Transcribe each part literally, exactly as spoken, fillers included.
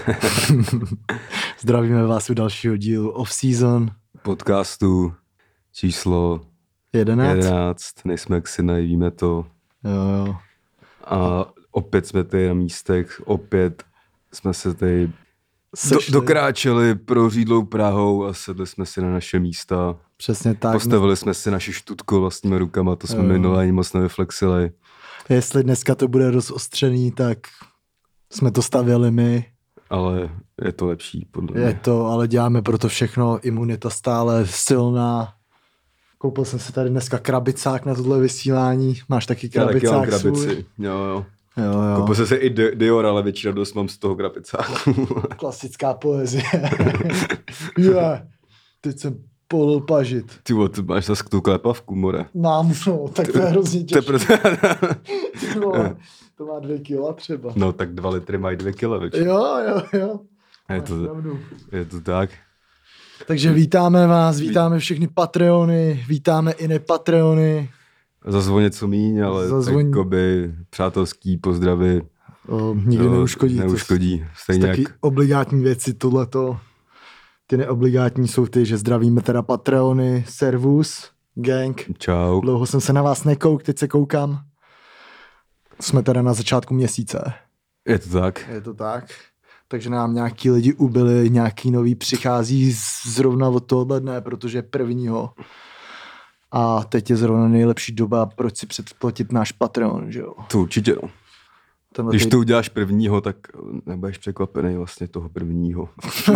Zdravíme vás u dalšího dílu Off-Season. Podcastu číslo jedenáct. jedenáct. Nejsme jak si najvíme to. Jo, jo. A opět jsme tady na místech, opět jsme se tady do, dokráčeli prořídlou Prahou a sedli jsme si na naše místa. Přesně tak. Postavili jsme si naše štutko vlastníma rukama, to jsme minule ani moc nevyflexili. Jestli dneska to bude rozostřený, tak jsme to stavěli my. Ale je to lepší, podle mě. Je to, ale děláme pro to všechno, imunita stále silná. Koupil jsem si tady dneska krabicák na tohle vysílání. Máš taky krabicák? Já taky mám svůj? krabici, jo, jo. Jo, jo. Koupil jsem si i Dior, ale větší radost mám z toho krabicáku. Klasická poezie. yeah. Teď jsem polil pažit. Ty vole, ty máš zase tu klepavku, more. Mám, no, tak to je hrozně těžké. To, proto... to má dvě kila třeba. No, tak dva litry mají dvě kila, več. Jo, jo, jo. Je to, je to tak. Takže vítáme vás, vítáme všechny Patreony, vítáme i nepatreony. Zazvoň něco míň, ale Zazvoň... takoby přátelský pozdravy. O, nikdy no, neuškodí. Neuškodí. Stejně taky jak... obligátní věci, tohleto. Ty neobligátní jsou ty, že zdravíme teda Patreony, servus, gang. Čau. Dlouho jsem se na vás nekouk, teď se koukám. Jsme teda na začátku měsíce. Je to tak. Je to tak. Takže nám nějaký lidi ubyli, nějaký nový přichází zrovna od tohohle dne, protože prvního. A teď je zrovna nejlepší doba, proč si předplatit náš Patreon, že jo? To určitě, no. Tenhle Když teď... to uděláš prvního, tak nebudeš překvapený vlastně toho prvního.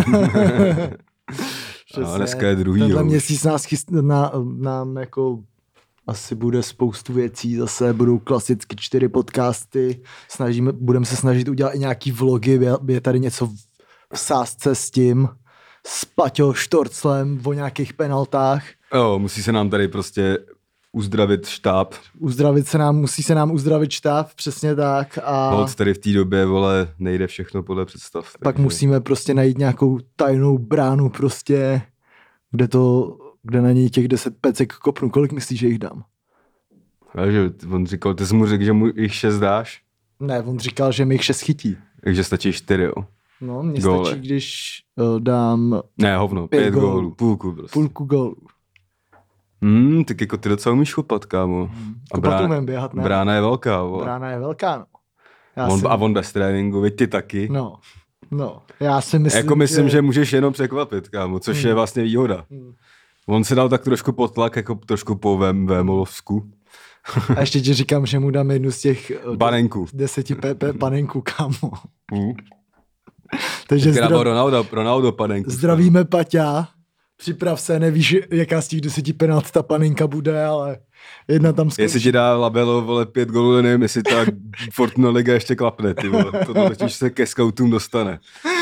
A dneska je druhýho. Tenhle měsíc nás chyst, na, nám jako asi bude spoustu věcí, zase budou klasicky čtyři podcasty, snažíme, budeme se snažit udělat i nějaký vlogy, je tady něco v sázce s tím, s Paťou Štorclem o nějakých penaltách. Jo, musí se nám tady prostě uzdravit štáb. Uzdravit se nám, musí se nám uzdravit štáb, přesně tak. A Holt tady v té době, vole, nejde všechno podle představ. Pak takže... musíme prostě najít nějakou tajnou bránu prostě, kde to, kde na něj těch deset pecek kopnu. Kolik myslíš, že jich dám? Takže on říkal, ty jsi mu řekl, že mu jich šest dáš? Ne, on říkal, že mi jich šest chytí. Takže stačí čtyři, jo? No, mně Góle. stačí, když uh, dám Ne, hovno, pět, pět gólů, půlku prostě. Půlku gólů. Hmm, tak jako ty docela umíš kopat, kámo. A kopat umím běhat, ne? Brána je velká, vole. Brána je velká, no. Já on, si... A on bez tréninku, veď ty taky. No, no. Já si myslím, Jako myslím, že... že můžeš jenom překvapit, kámo, což hmm. je vlastně výhoda. Hmm. On se dal tak trošku pod tlak, jako trošku po Vém, Vémolovsku. A ještě ti říkám, že mu dám jednu z těch panenku. deseti pp panenku, kámo. Hmm. Takže zdrav... zdrav... Ronaldo, Ronaldo panenku. Zdravíme Paťa. Připrav se, nevíš, jaká z těch deseti penalt ta panenka bude, ale jedna tam skončí. Jestli ti dá labelo, vole, pět gólů, nevím, jestli ta Fortuna Liga ještě klapne, ty vole. To totiž se ke scoutům dostane.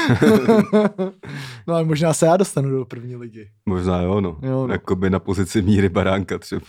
No ale možná se já dostanu do první ligy. Možná jo, no. Jo, no. Jakoby na pozici Míry Baránka třeba.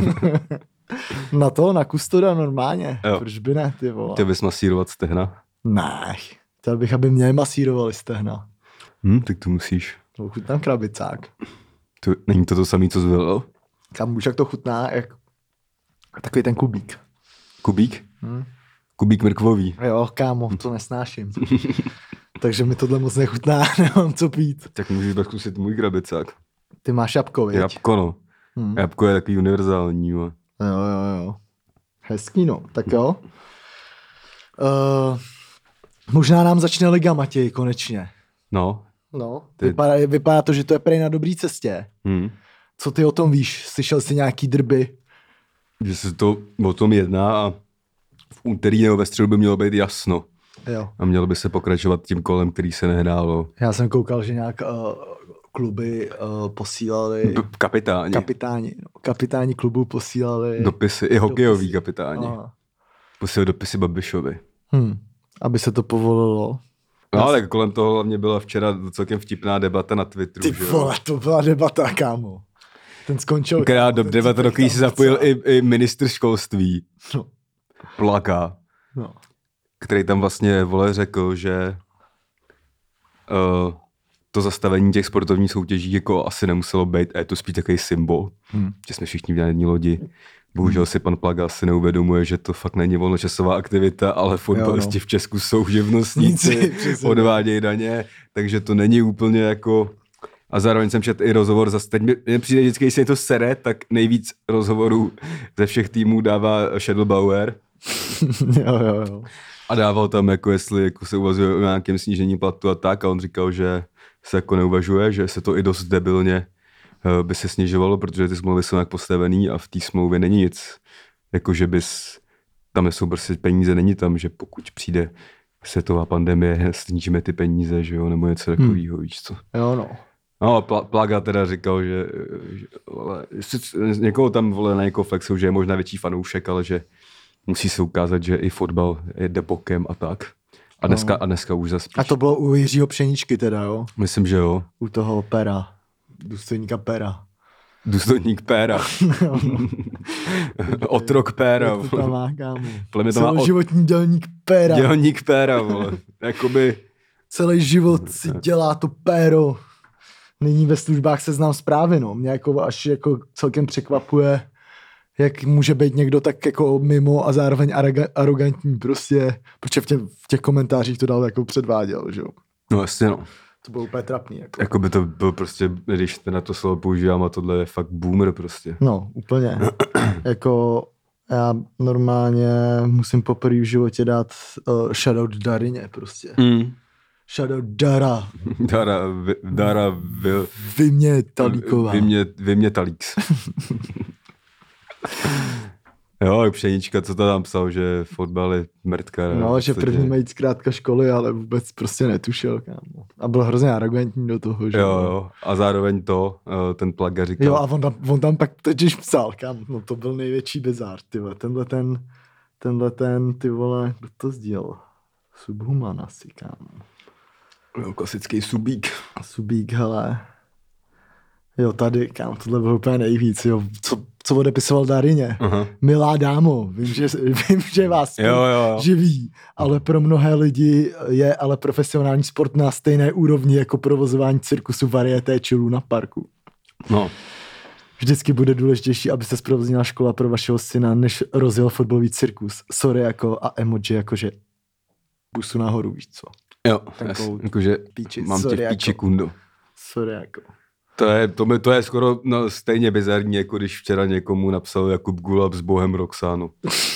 Na to, na kustoda normálně. Jo. Proč by ne, ty vole. Chtěl bys masírovat stehna? Ne, chtěl bych, aby mě masírovali stehna. Hm, tak to musíš. To chutná krabicák. To, není to to samý, co zvělo? Kam už jak to chutná, jak takový ten kubík. Kubík? Hm? Kubík mrkvový. Jo, kámo, to nesnáším. Takže mi tohle moc nechutná, nemám co pít. Tak můžeš pak zkusit můj krabicák. Ty máš jabko, viď? Jabko, no. Hm. Jabko je takový univerzální, jo. Jo, jo, jo. Hezký, no. Tak jo. Uh, možná nám začne liga, Matěj, konečně. No. No, Ty... vypadá, vypadá to, že to je prej na dobrý cestě. Hmm. Co ty o tom víš? Slyšel jsi nějaký drby? Že se to o tom jedná a v úterý nebo ve středu by mělo být jasno. Jo. A mělo by se pokračovat tím kolem, který se nehrálo. Já jsem koukal, že nějak uh, kluby uh, posílali... B- kapitáni. Kapitáni. No, kapitáni klubů posílali... Dopisy, i hokejový dopisy. kapitáni. Aha. Posílali dopisy Babišovi. Hm. Aby se to povolilo. No ale kolem toho hlavně byla včera celkem vtipná debata na Twitteru. Ty vole, to byla debata, kámo. Ten skončil. Která do debata, do který se zapojil i, i ministr školství. No. Plaka. No. Který tam vlastně, vole, řekl, že uh, to zastavení těch sportovních soutěží jako asi nemuselo být a je to spíš takový symbol, hmm. že jsme všichni v jedné lodi. Bohužel si pan Plaga asi neuvědomuje, že to fakt není volnočasová aktivita, ale fotbalisti no. v Česku jsou živnostníci, odvádějí daně, takže to není úplně jako... A zároveň jsem četl i rozhovor, zase teď mi přijde vždycky, když se to sere, tak nejvíc rozhovorů ze všech týmů dává Schädelbauer. jo, jo, jo. A dával tam, jako jestli jako se uvažuje o nějakém snížení platu a tak, a on říkal, že se jako neuvažuje, že se to i dost debilně by se snižovalo, protože ty smlouvy jsou nějak postavený a v té smlouvě není nic. Jako, že bys, tam jsou prostě peníze, není tam, že pokud přijde světová pandemie, snížíme ty peníze, že jo, nebo něco takového, hmm. víš co. Jo, no. No, Plaga teda říkal, že, že vole, někoho tam vole na někoho flexu, že je možná větší fanoušek, ale že musí se ukázat, že i fotbal jde bokem a tak. A dneska, no. a dneska už zase. A to bylo u Jiřího Pšeničky teda, jo? Myslím, že jo. U toho Pera. Důstojníka Pera. Důstojník Péra. Otrok Péra. To tam má, kámo. Celoživotní dělník Péra. Dělník Péra, vole. Jakoby... Celý život si dělá to péro. Nyní ve službách Seznam Zprávy, no. Mě jako až jako celkem překvapuje, jak může být někdo tak jako mimo a zároveň arrogantní prostě, protože v těch, v těch komentářích to dál jako předváděl, že jo. No jasně, no. To bylo úplně trapný. Jako. jako by to byl prostě, když na to slovo používám a tohle je fakt boomer prostě. No, úplně. jako já normálně musím poprvé v životě dát uh, shoutout Darině prostě. Mm. Shoutout Dara. Dara, vy, Dara, vy, vy mě Talíková. Vy mě, vy mě Talíks. Jo, Pšenička, co to tam psal, že fotbal je mrtka. No, že první mají zkrátka školy, ale vůbec prostě netušil, kámo. A byl hrozně arrogantní do toho, že? Jo, jo. A zároveň to, ten Plaga říkal. Jo, a on tam, on tam pak totiž psal, kámo. No to byl největší bizár, ty vole. Tenhle ten, tenhle ten, ty vole, kdo to sdělal? Subhuman asi, kámo. Jo, klasický subík. Subík, hele. Jo, tady, kámo, tohle bylo úplně nejvíc, jo. Co, co odepisoval Darině. Uh-huh. Milá dámo, vím, že, vím, že vás jo, jo. živí, ale pro mnohé lidi je ale profesionální sport na stejné úrovni jako provozování cirkusu varieté či Luna Parku. No. Vždycky bude důležitější, aby se zprovoznila škola pro vašeho syna, než rozjel fotbalový cirkus. Sorry jako a emoji jakože busu nahoru, víš co. Jo, jakože mám tě v píči, jako, kundo. Sorry jako. To je, to, mi, to je skoro no, stejně bizarní, jako když včera někomu napsal Jakub Gulab s Bohem Roxánu.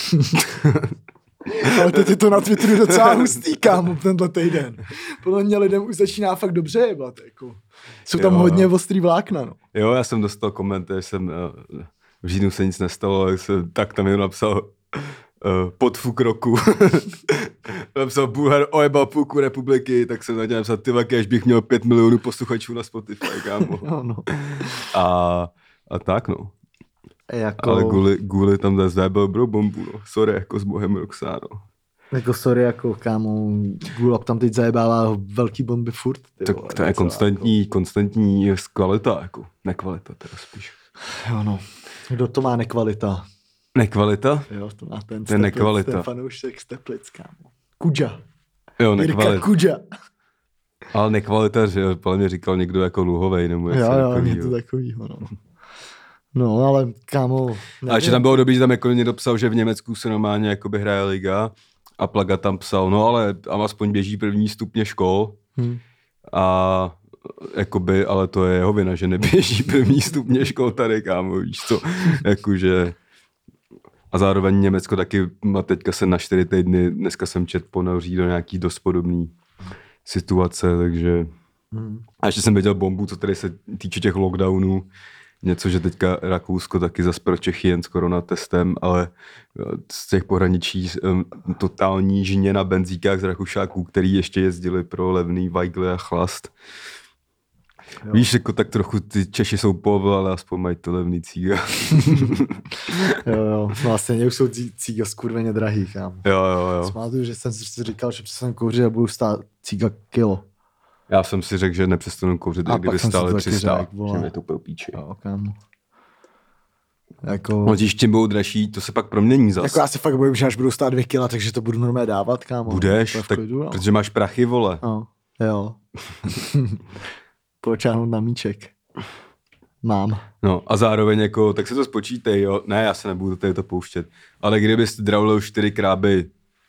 Ale teď je to na Twitteru docela hustý, kámo, tenhle týden. Podle mě lidem už začíná fakt dobře jebat, jako. Jsou tam jo, hodně jo. ostrý vlákna, no. Jo, já jsem dostal koment, že jsem v říjnu se nic nestalo, ale jsem, tak tam jenom napsal uh, podfuk roku. Napsal Bulhar ojebal půlku republiky, tak jsem na něj napsal, ty vaky, až bych měl pět milionů posluchačů na Spotify, kámo. No, no. A, a tak, no. Jako... Ale Guli, Guli tam zase zajebal bro bombu, no. Sorry, jako s Bohem Roxáno. Jako sorry, jako kámo, Gulab tam teď zajebává velký bomby furt. Ty tak vole, to je konstantní, jako... konstantní kvalita, jako nekvalita teda spíš. Jo, no. Kdo to má nekvalita? Nekvalita? Jo, to má ten, ten, nekvalita. ten fanoušek z Teplic, kámo. Kudža. Jo, nekvalita. Jirka Kudža. Ale nekvalita, že podle mě říkal někdo jako Luhovej, nebo něco jo, jo, něco takovýho, no. No, ale kámo... A že tam bylo dobrý, že tam jako někdo psal, že v Německu se normálně jakoby hraje liga a Plaga tam psal, no ale tam aspoň běží první stupně škol hmm. a jakoby, ale to je jeho vina, že neběží první stupně škol tady, kámo, víš co, jakože... A zároveň Německo taky má teďka se na čtyři týdny, dneska jsem čet, ponoří do nějaký dost podobný situace, takže... Hmm. A ještě jsem viděl bombu, co tady se týče těch lockdownů, něco, že teďka Rakousko taky zas pro Čechy jen s koronatestem, ale z těch pohraničí um, totální žně na benzíkách z Rakušáků, který ještě jezdili pro levný Weigl a Chlast. Jo. Víš, jako tak trochu ty Češi jsou povel, ale aspoň mají to levný cíga. jo, jo. No a stejně už jsou cíga skurveně drahý, kámo. Jo, jo, jo. Smátuju, že jsem si říkal, že přestanu kouřit a budu stát cíga kilo. Já jsem si řekl, že nepřestanu kouřit, a kdyby stále tři sta, že mi to byl píči. Jo, kámo. Jako... No, tím budou dražší, to se pak promění zase. Jako já si fakt bojím, že až budou stát dvě kila, takže to budu normálně dávat, kámo. Budeš, tak, klidu, no. Protože máš prachy, vole. No, jo. počáhnout na míček. Mám. No a zároveň jako, tak se to spočítej, jo. Ne, já se nebudu tady to pouštět. Ale kdybyste draulil čtyři kráby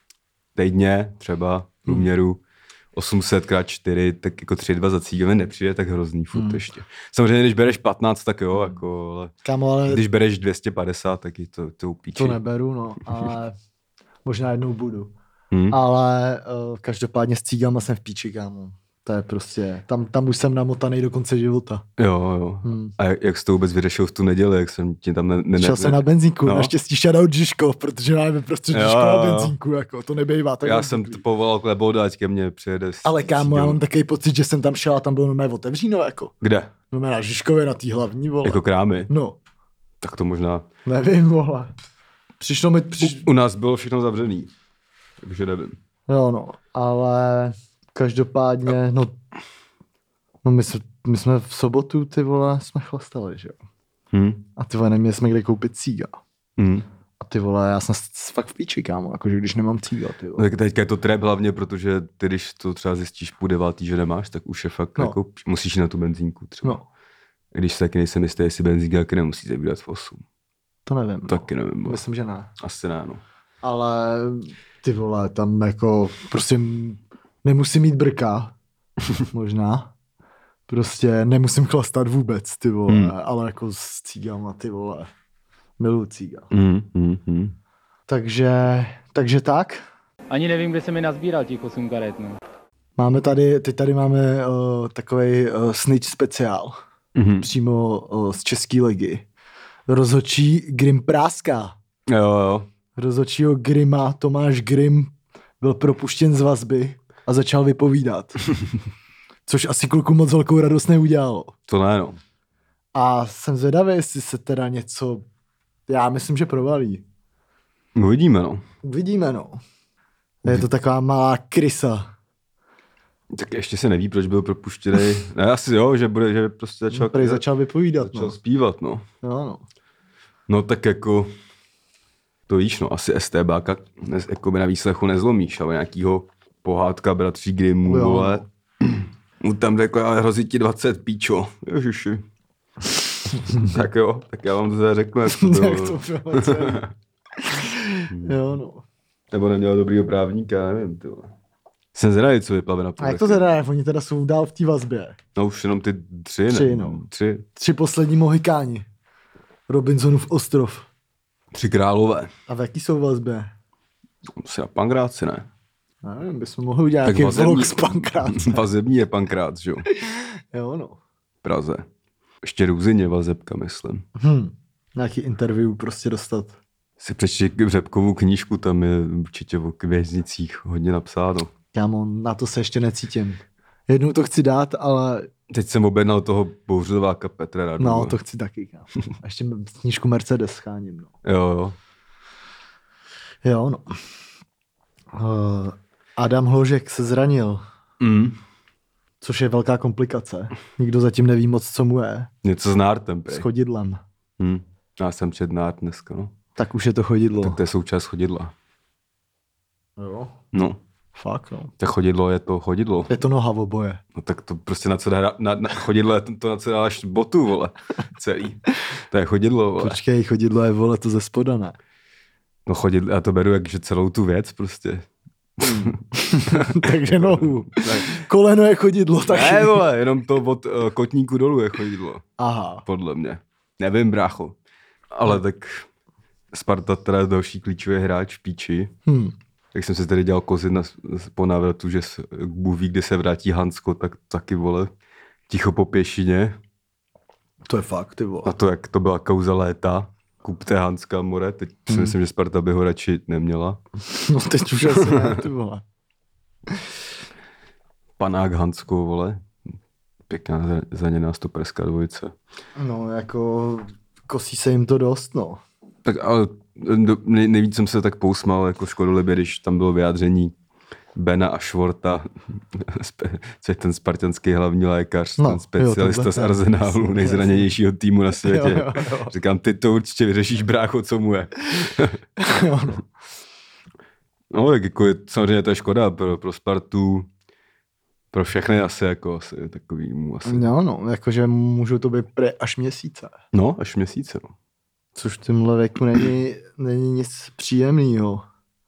týdně, třeba v průměru, hmm. osm set krát čtyři, tak jako tři dva za cígel nepřijde tak hrozný furt hmm. ještě. Samozřejmě, když bereš patnáct, tak jo, jako, ale, Kámo, ale když bereš dvě stě padesát, tak je to, to upíči. To neberu, no, ale možná jednou budu. Hmm. Ale uh, každopádně s cígama jsem v píči, kámo. To je prostě, tam, tam už jsem namotaný do konce života. Jo, jo. Hmm. A jak, jak jsi to vůbec vyřešil v tu neděli, jak jsem ti tam ne... ne Šel ne, jsem na benzínku, no. Naštěstí shoutout Žižkov, protože máme prostě Žižkov na benzínku, jako, to nebejvá. Já jsem to povolal Kleboda, ať ke mně přijede. Ale kámo, já mám takový pocit, že jsem tam šel a tam bylo normálně otevříno, jako. Kde? No na Žižkově, na té hlavní, vole. Jako krámy? No. Tak to možná... Nevím, vole. Přišlo mi... Přiš... U, u nás bylo všechno zavřený, takže nevím. Jo, no, ale každopádně, no, no my, jsme, my jsme v sobotu, ty vole, jsme chlastali, že jo. Hmm. A ty vole, neměli jsme kde koupit cíga. Hmm. A ty vole, já jsem fakt v píči, kámo, jakože když nemám cíga, ty vole. Tak teďka je to trap hlavně, protože ty, když to třeba zjistíš půl devátý, že nemáš, tak už je fakt, no. Jako, musíš na tu benzínku třeba. No. Když se taky nejsem jistý, jestli benzínka taky nemusíte vydat v osm. To nevím. Taky nevím. Bo. Myslím, že ne. Asi ne, no. Ale ty vole, tam jako, prostě nemusím mít brka, možná. Prostě nemusím chlastat vůbec, ty vole, hmm. ale jako s cígama, ty vole. Miluji cíga. Hmm, hmm, hmm. Takže, takže tak. Ani nevím, kde se mi nazbíral těch osm karet, no. Máme tady, teď tady máme uh, takovej uh, snitch speciál. Mm-hmm. Přímo uh, z české ligy. Rozhodčí Grim Práska. Jo, jo. Rozhodčího Grima Tomáš Grim byl propuštěn z vazby a začal vypovídat. Což asi kluku moc velkou radost neudělalo. To ne, no. A jsem zvědavý, jestli se teda něco... Já myslím, že provalí. Uvidíme, no. Uvidíme, no. Je to taková malá krysa. Tak ještě se neví, proč byl propuštěný. Ne, asi jo, že bude, že prostě začal... No, začal vypovídat, začal no. zpívat, no. Jo, no. No tak jako... To víš, no, asi STBáka jako by na výslechu nezlomíš, ale nějakýho pohádka bratří Grimmů, jo, vole. Mu tam řekl, ale hrozí ti dvacet, píčo. Ježiši. Tak jo, tak já vám to teda řeknu, jak to bylo. Jak to bylo celé. Jo, no. Nebo neměl dobrýho právníka, nevím, ty vole. Jsem zvědavý, co vyplave na povrchu. A jak to teda je? Oni teda jsou dál v té vazbě. No už jenom ty tři, tři ne? No. Tři. Tři poslední mohikáni. Robinsonův ostrov. Tři králové. A v jaký jsou vazbě? Asi na Pankráci, ne? Nevím, bychom mohli udělat nějaký vlog z Pankráce. Vazební je Pankrác, že jo? Jo, no. Praze. Ještě Růzině vazebka, myslím. Hmm. Nějaký interview prostě dostat. Si přečti Řepkovou knížku, tam je určitě o věznicích hodně napsáno. Kámo, na to se ještě necítím. Jednou to chci dát, ale... Teď jsem objednal toho bouřováka Petra Radu. No, to chci taky, kámo. A ještě knížku Mercedes scháním, no. Jo, jo. Jo, no. Uh, Adam Hložek se zranil. Mm. Což je velká komplikace. Nikdo zatím neví moc, co mu je. Něco s nártem, prej. S chodidlem. Mm. Já jsem čet nárt dneska, no. Tak už je to chodidlo. Tak to je součást chodidla. Jo. No. Fakt, no. Tak chodidlo je to chodidlo. Je to noha v oboje. No tak to prostě na co dá, na, na chodidlo je to, to na co dáš botu, vole. Celý. To je chodidlo, vole. Počkej, chodidlo je, vole, to ze spoda, ne? No chodidlo, já to beru jakže celou tu věc prostě. Takže nohu. Koleno je chodidlo taky. Ne, vole, jenom to od uh, kotníku dolů je chodidlo. Aha. Podle mě. Nevím, brácho. Ale tak Sparta teda další klíčový hráč v píči. Hmm. Tak jsem se tady dělal kozit na, po návratu, že Bůh ví, kdy se vrátí Hansko, tak taky, vole, ticho po pěšině. To je fakt, ty vole. A to, jak to byla kauza léta. Kupte Hanska, more. Teď si hmm. myslím, že Sparta by ho radši neměla. No teď už asi ne, ty vole. Panák Hansko, vole. Pěkná zaněná stoperská dvojice. No, jako kosí se jim to dost, no. Tak ale nej, nejvíc jsem se tak pousmal jako škodolibě, když tam bylo vyjádření Bena a Švorta, co je ten spartanský hlavní lékař, no, ten specialista jo, z Arsenálu, nejzraněnějšího týmu na světě. Jo, jo, jo. Říkám, ty to určitě vyřešíš, brácho, co mu je. Jo, no. No, tak jako je, samozřejmě to je škoda pro, pro Spartu, Pro všechny asi jako asi takovýmu asi. No, no, jakože můžou to být pre až měsíce. No, až měsíce, no. Což v tomhle věku není, není nic příjemného.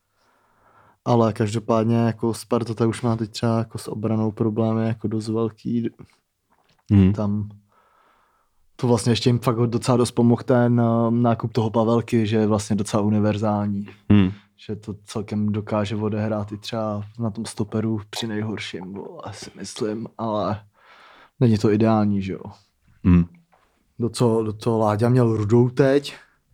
Ale každopádně jako Sparta ta už má teď třeba jako s obranou problémy jako dost velký. Hmm. Tam to vlastně ještě jim fakt docela dost pomohl ten nákup toho Pavelky, že je vlastně docela univerzální. Hmm. Že to celkem dokáže odehrát i třeba na tom stoperu při nejhorším, bo, asi myslím, ale není to ideální, že jo. Hmm. Do co, do co Láďa měl Rudou teď,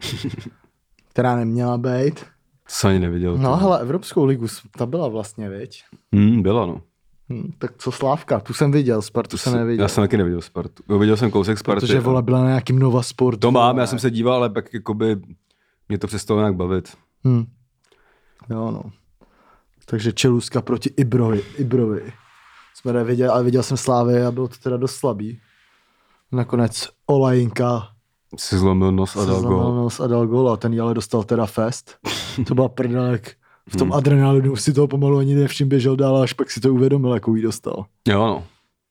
která neměla být. To jsem ani neviděl. No hele, Evropskou ligu, ta byla vlastně, viď? Hmm, byla, no. Hm, tak co Slávka, tu jsem viděl, Spartu jsem neviděl. Já jsem taky neviděl Spartu. Jo, viděl jsem kousek Sparty. Protože vole byla na nějakým Nova Sport. To mám, vole. já jsem se díval, ale pak jakoby mě to přestalo nějak bavit. Hm. Jo, no. Takže Čeluska proti Ibrovi. Ibrovi. Jsme neviděli, ale viděl jsem Slávy a bylo to teda dost slabý. Nakonec Olajinka Si zlomil nos a se dal zlomil gól. nos a dal gól a ten ale dostal teda fest. To byla prdalek. V tom adrenalinu si toho pomalu ani nevšim běžel dál, až pak si to uvědomil, jakou jí dostal. Jo, no.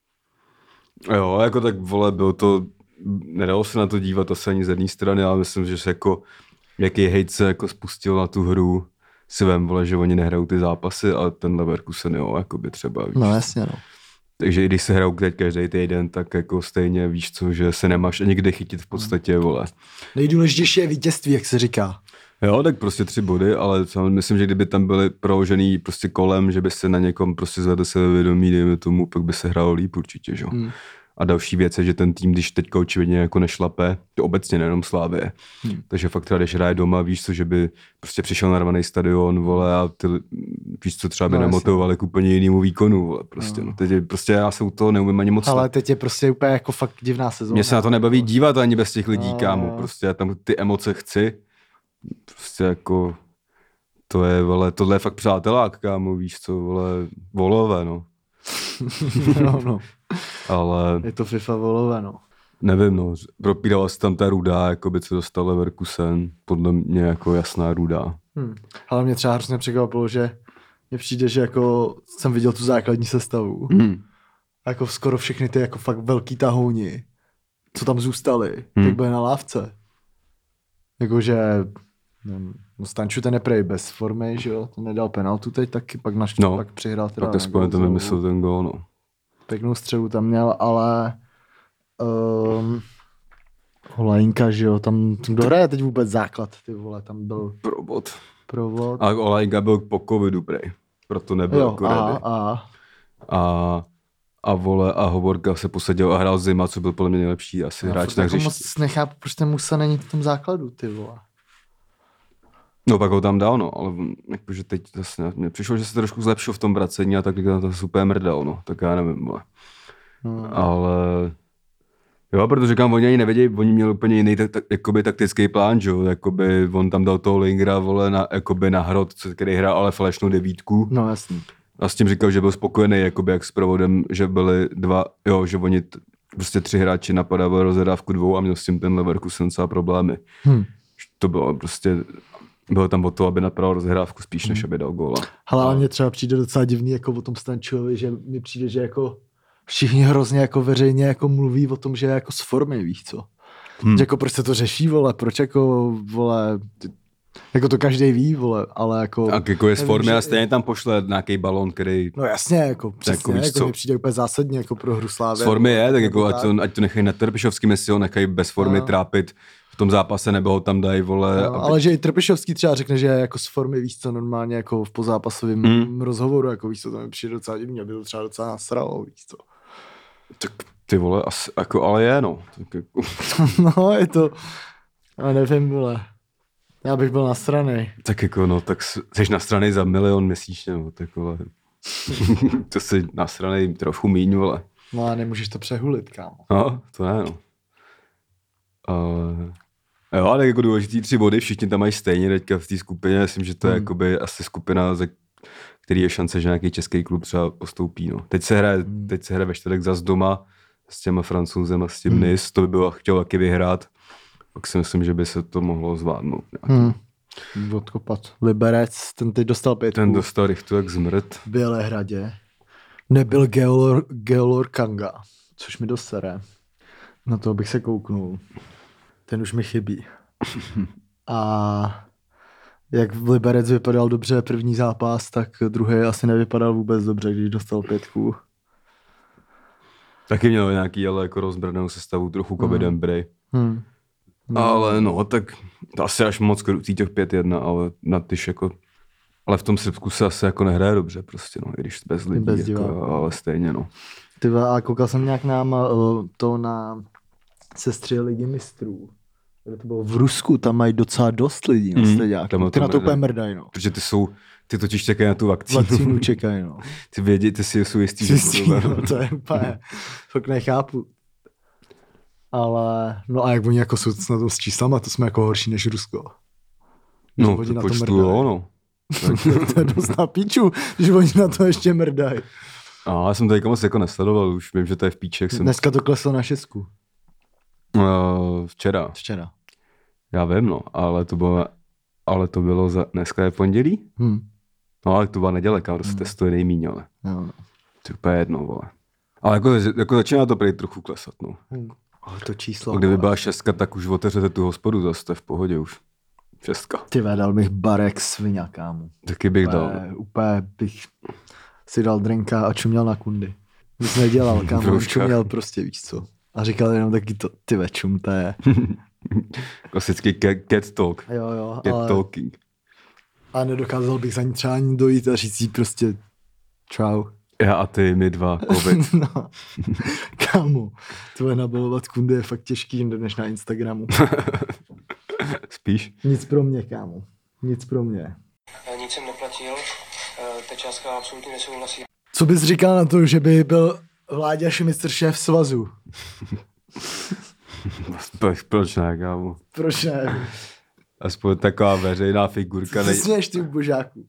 Jo, jako tak, vole, bylo to, nedalo se na to dívat asi ani z jedné strany, ale myslím, že se jako, jaký hejt se jako spustil na tu hru, si vem, vole, že oni nehrajou ty zápasy a ten Leverkusen, jo, jako by třeba, víš. No jasně, no. Takže i když se hrajou teď každý týden, tak jako stejně víš co, že se nemáš ani kde chytit v podstatě, vole. Nejdůležitější je vítězství, jak se říká. Jo, tak prostě tři body, ale myslím, že kdyby tam byly proložený prostě kolem, že by se na někom prostě zvedl sebevědomí, dejme tomu, pak by se hrálo líp určitě, že? Hmm. A další věc je, že ten tým, když teďka očividně jako nešlape, to obecně nejenom Slávě, hmm. takže fakt třeba, když hraje doma, víš co, že by prostě přišel narvaný stadion, vole, a ty, víš co, třeba by no, nemotivovali k úplně jinému výkonu, vole, prostě, no. No, teď je, prostě já se u toho neumím ani moc. Ale teď je prostě úplně jako fakt divná sezóna. Mně se na to nebaví dívat ani bez těch lidí, no, kámo, prostě já tam ty emoce chci, prostě jako, to je, vole, tohle je fakt přátelák, kámo, víš co, vole, volové, no. no, no. Ale je to FIFA volové, no. Nevím, no, propírala se tam ta Ruda, jakoby, co dostal Leverkusen, podle mě jako jasná Ruda. Hmm. Ale mě třeba hrozně překvapilo, že mně přijde, že jako jsem viděl tu základní sestavu. Hmm. A jako skoro všechny ty jako fakt velký tahouni, co tam zůstali, hmm. tak byly na lávce. Jakože no, Stanču ten neprej bez formy, že jo, ten nedal penaltu teď, taky pak naš, no, pak přihrál teda. Pak aspoň to vymyslel ten gól, no. Pěknou střelu tam měl, ale um, Olajinka, že jo, tam kdo hraje teď vůbec základ, ty vole, tam byl Probot. Probot. A Olajinka byl po covidu, prej, proto nebyl jo, jako a, ready. A, a, a vole, a Hovorka se posadil a hrál Zima, co byl podle mě nejlepší asi já hráč na hřišti. hřišti. Moc nechápu, proč ten Musa není v tom základu, ty vole. No pak ho tam dal, no, ale jakože teď zase mně přišlo, že se trošku zlepšil v tom vracení a tak to super mrdal, no, tak já nevím, vole. Hmm. Ale jo, protože kam oni ani nevědějí, oni měli úplně jiný tak, tak, jakoby taktický plán, že jo, jakoby on tam dal toho Lingra, vole, na, jakoby na hrot, který hrál ale falešnou devítku. No jasný. A s tím říkal, že byl spokojený, jakoby jak s provodem, že byli dva, jo, že oni t, prostě tři hráči napadávali rozhrávku dvou a měl s tím ten Leverkusen celá problémy. Hmm. To bylo prostě, bylo tam o to, aby napadal rozhrávku spíš, než aby dal góla. Hele, ale mně třeba přijde docela divný jako o tom Stančovi, že mi přijde, že jako všichni hrozně jako veřejně jako mluví o tom, že je jako z formy, víš co. Hmm. Že jako proč se to řeší, vole, proč jako, vole, jako to každý ví, vole, ale jako... A jako je z formy a stejně tam pošle nějaký balón, který... No jasně, jako přesně, jako, jako mi přijde úplně zásadně jako pro hru Slávy. Z formy je, tak jako ať to, ať to nechají na Trpišovským, jestli ho nechají bez formy no. trápit v tom zápase, nebo ho tam dají, vole. No, aby... Ale že i Trpišovský třeba řekne, že je jako z formy, víš co, normálně jako v pozápasovém hmm. rozhovoru, jako víš co, to mi přijde docela divný, aby to třeba docela nasralo, víš co. Tak ty vole, asi, jako, ale je, no. Tak jako... no, je to, já nevím, vole. Já bych byl nasranej. Tak jako, no, tak jsi nasranej za milion měsíčně, no, tak vole. To jsi nasranej trochu míň, vole. No a nemůžeš to přehulit, kámo. No, to ne, no. Uh, jo, ale jako důležitý tři body, všichni tam mají stejně teďka v té skupině, myslím, že to je hmm. jakoby asi skupina, ze který je šance, že nějaký český klub třeba postoupí, no. Teď se hraje, hmm. teď se hraje ve čtvrtek zas doma s těma Francouzem a s tím hmm. Nice, to by bylo chtěl taky vyhrát. Pak si myslím, že by se to mohlo zvládnout. Hmm. Odkopat. Liberec, ten teď dostal pětku. Ten dostal rychtu jak zmrt. V Bělehradě. Nebyl Geolor, Geolor Kanga, což mi dost sere. Na to bych se kouknul. Ten už mi chybí. A jak v Liberec vypadal dobře první zápas, tak druhý asi nevypadal vůbec dobře, když dostal pětku. Taky měl nějaký, ale jako rozbrnou sestavu, trochu covidem brej. Hmm. No. Ale no, tak to asi až moc krutý těch pět jedna, ale na tyž jako... Ale v tom Srbsku se asi jako nehraje dobře prostě, no, i když bez lidí, bez jako, ale stejně, no. Ty a koukal jsem nějak na to na sestři Ligy mistrů. Kde to bylo v Rusku, tam mají docela dost lidí na sleďáku. Mm, ty na to úplně mrdají, no. Protože ty jsou, ty totiž čekají na tu vakcínu. Vakcínu čekají, no. Ty vědí, ty si jsou jistý. Jistý, no, to je úplně, fakt nechápu. Ale, no a jak oni jako jsou na tom s číslama, to jsme jako horší než Rusko. No, to počtu, jo, no. To je dost na píču, že oni na to ještě mrdají. A já jsem tady moc jako nesledoval, už vím, že to je v píček. Jsem... Dneska to kleslo na šestku. Uh, včera. Včera. Já vím, no, ale to bylo, ale to bylo za, dneska je pondělí? Hmm. No, ale to byla neděle, kam to se hmm. testuje nejmíň, ale. No, no. To je úplně jedno, vole. Ale jako, jako začíná to prý trochu klesat, no. Hmm. Ale to číslo. A kdyby byla šestka, tak už otevřete tu hospodu, zase to je v pohodě už. Šestka. Ty ve, dal bych barek sviňa, kámo. Taky bych úplně, dal. Úplně bych si dal drinka a čuměl na kundy. Nic nedělal, kámo, čuměl prostě, víš co. A říkal jenom taky to, ty ve, čum, to je. Klasický cat, cat talk. Jo, jo, cat ale... talking. A nedokázal bych za ní třeba ani dojít a říct jí prostě čau. Já a ty, my dva, covid. No, kámo, tvoje nabalovat kundy je fakt těžký jinde než na Instagramu. Spíš? Nic pro mě, kámo. Nic pro mě. Nic jsem neplatil, ta částka absolutně nesouhlasí. Co bys říkal na to, že by byl Vláďa Šmicr šéf svazu? Proč ne, kámo? Proč ne? Aspoň taková veřejná figurka. Co si směješ, ty božáku?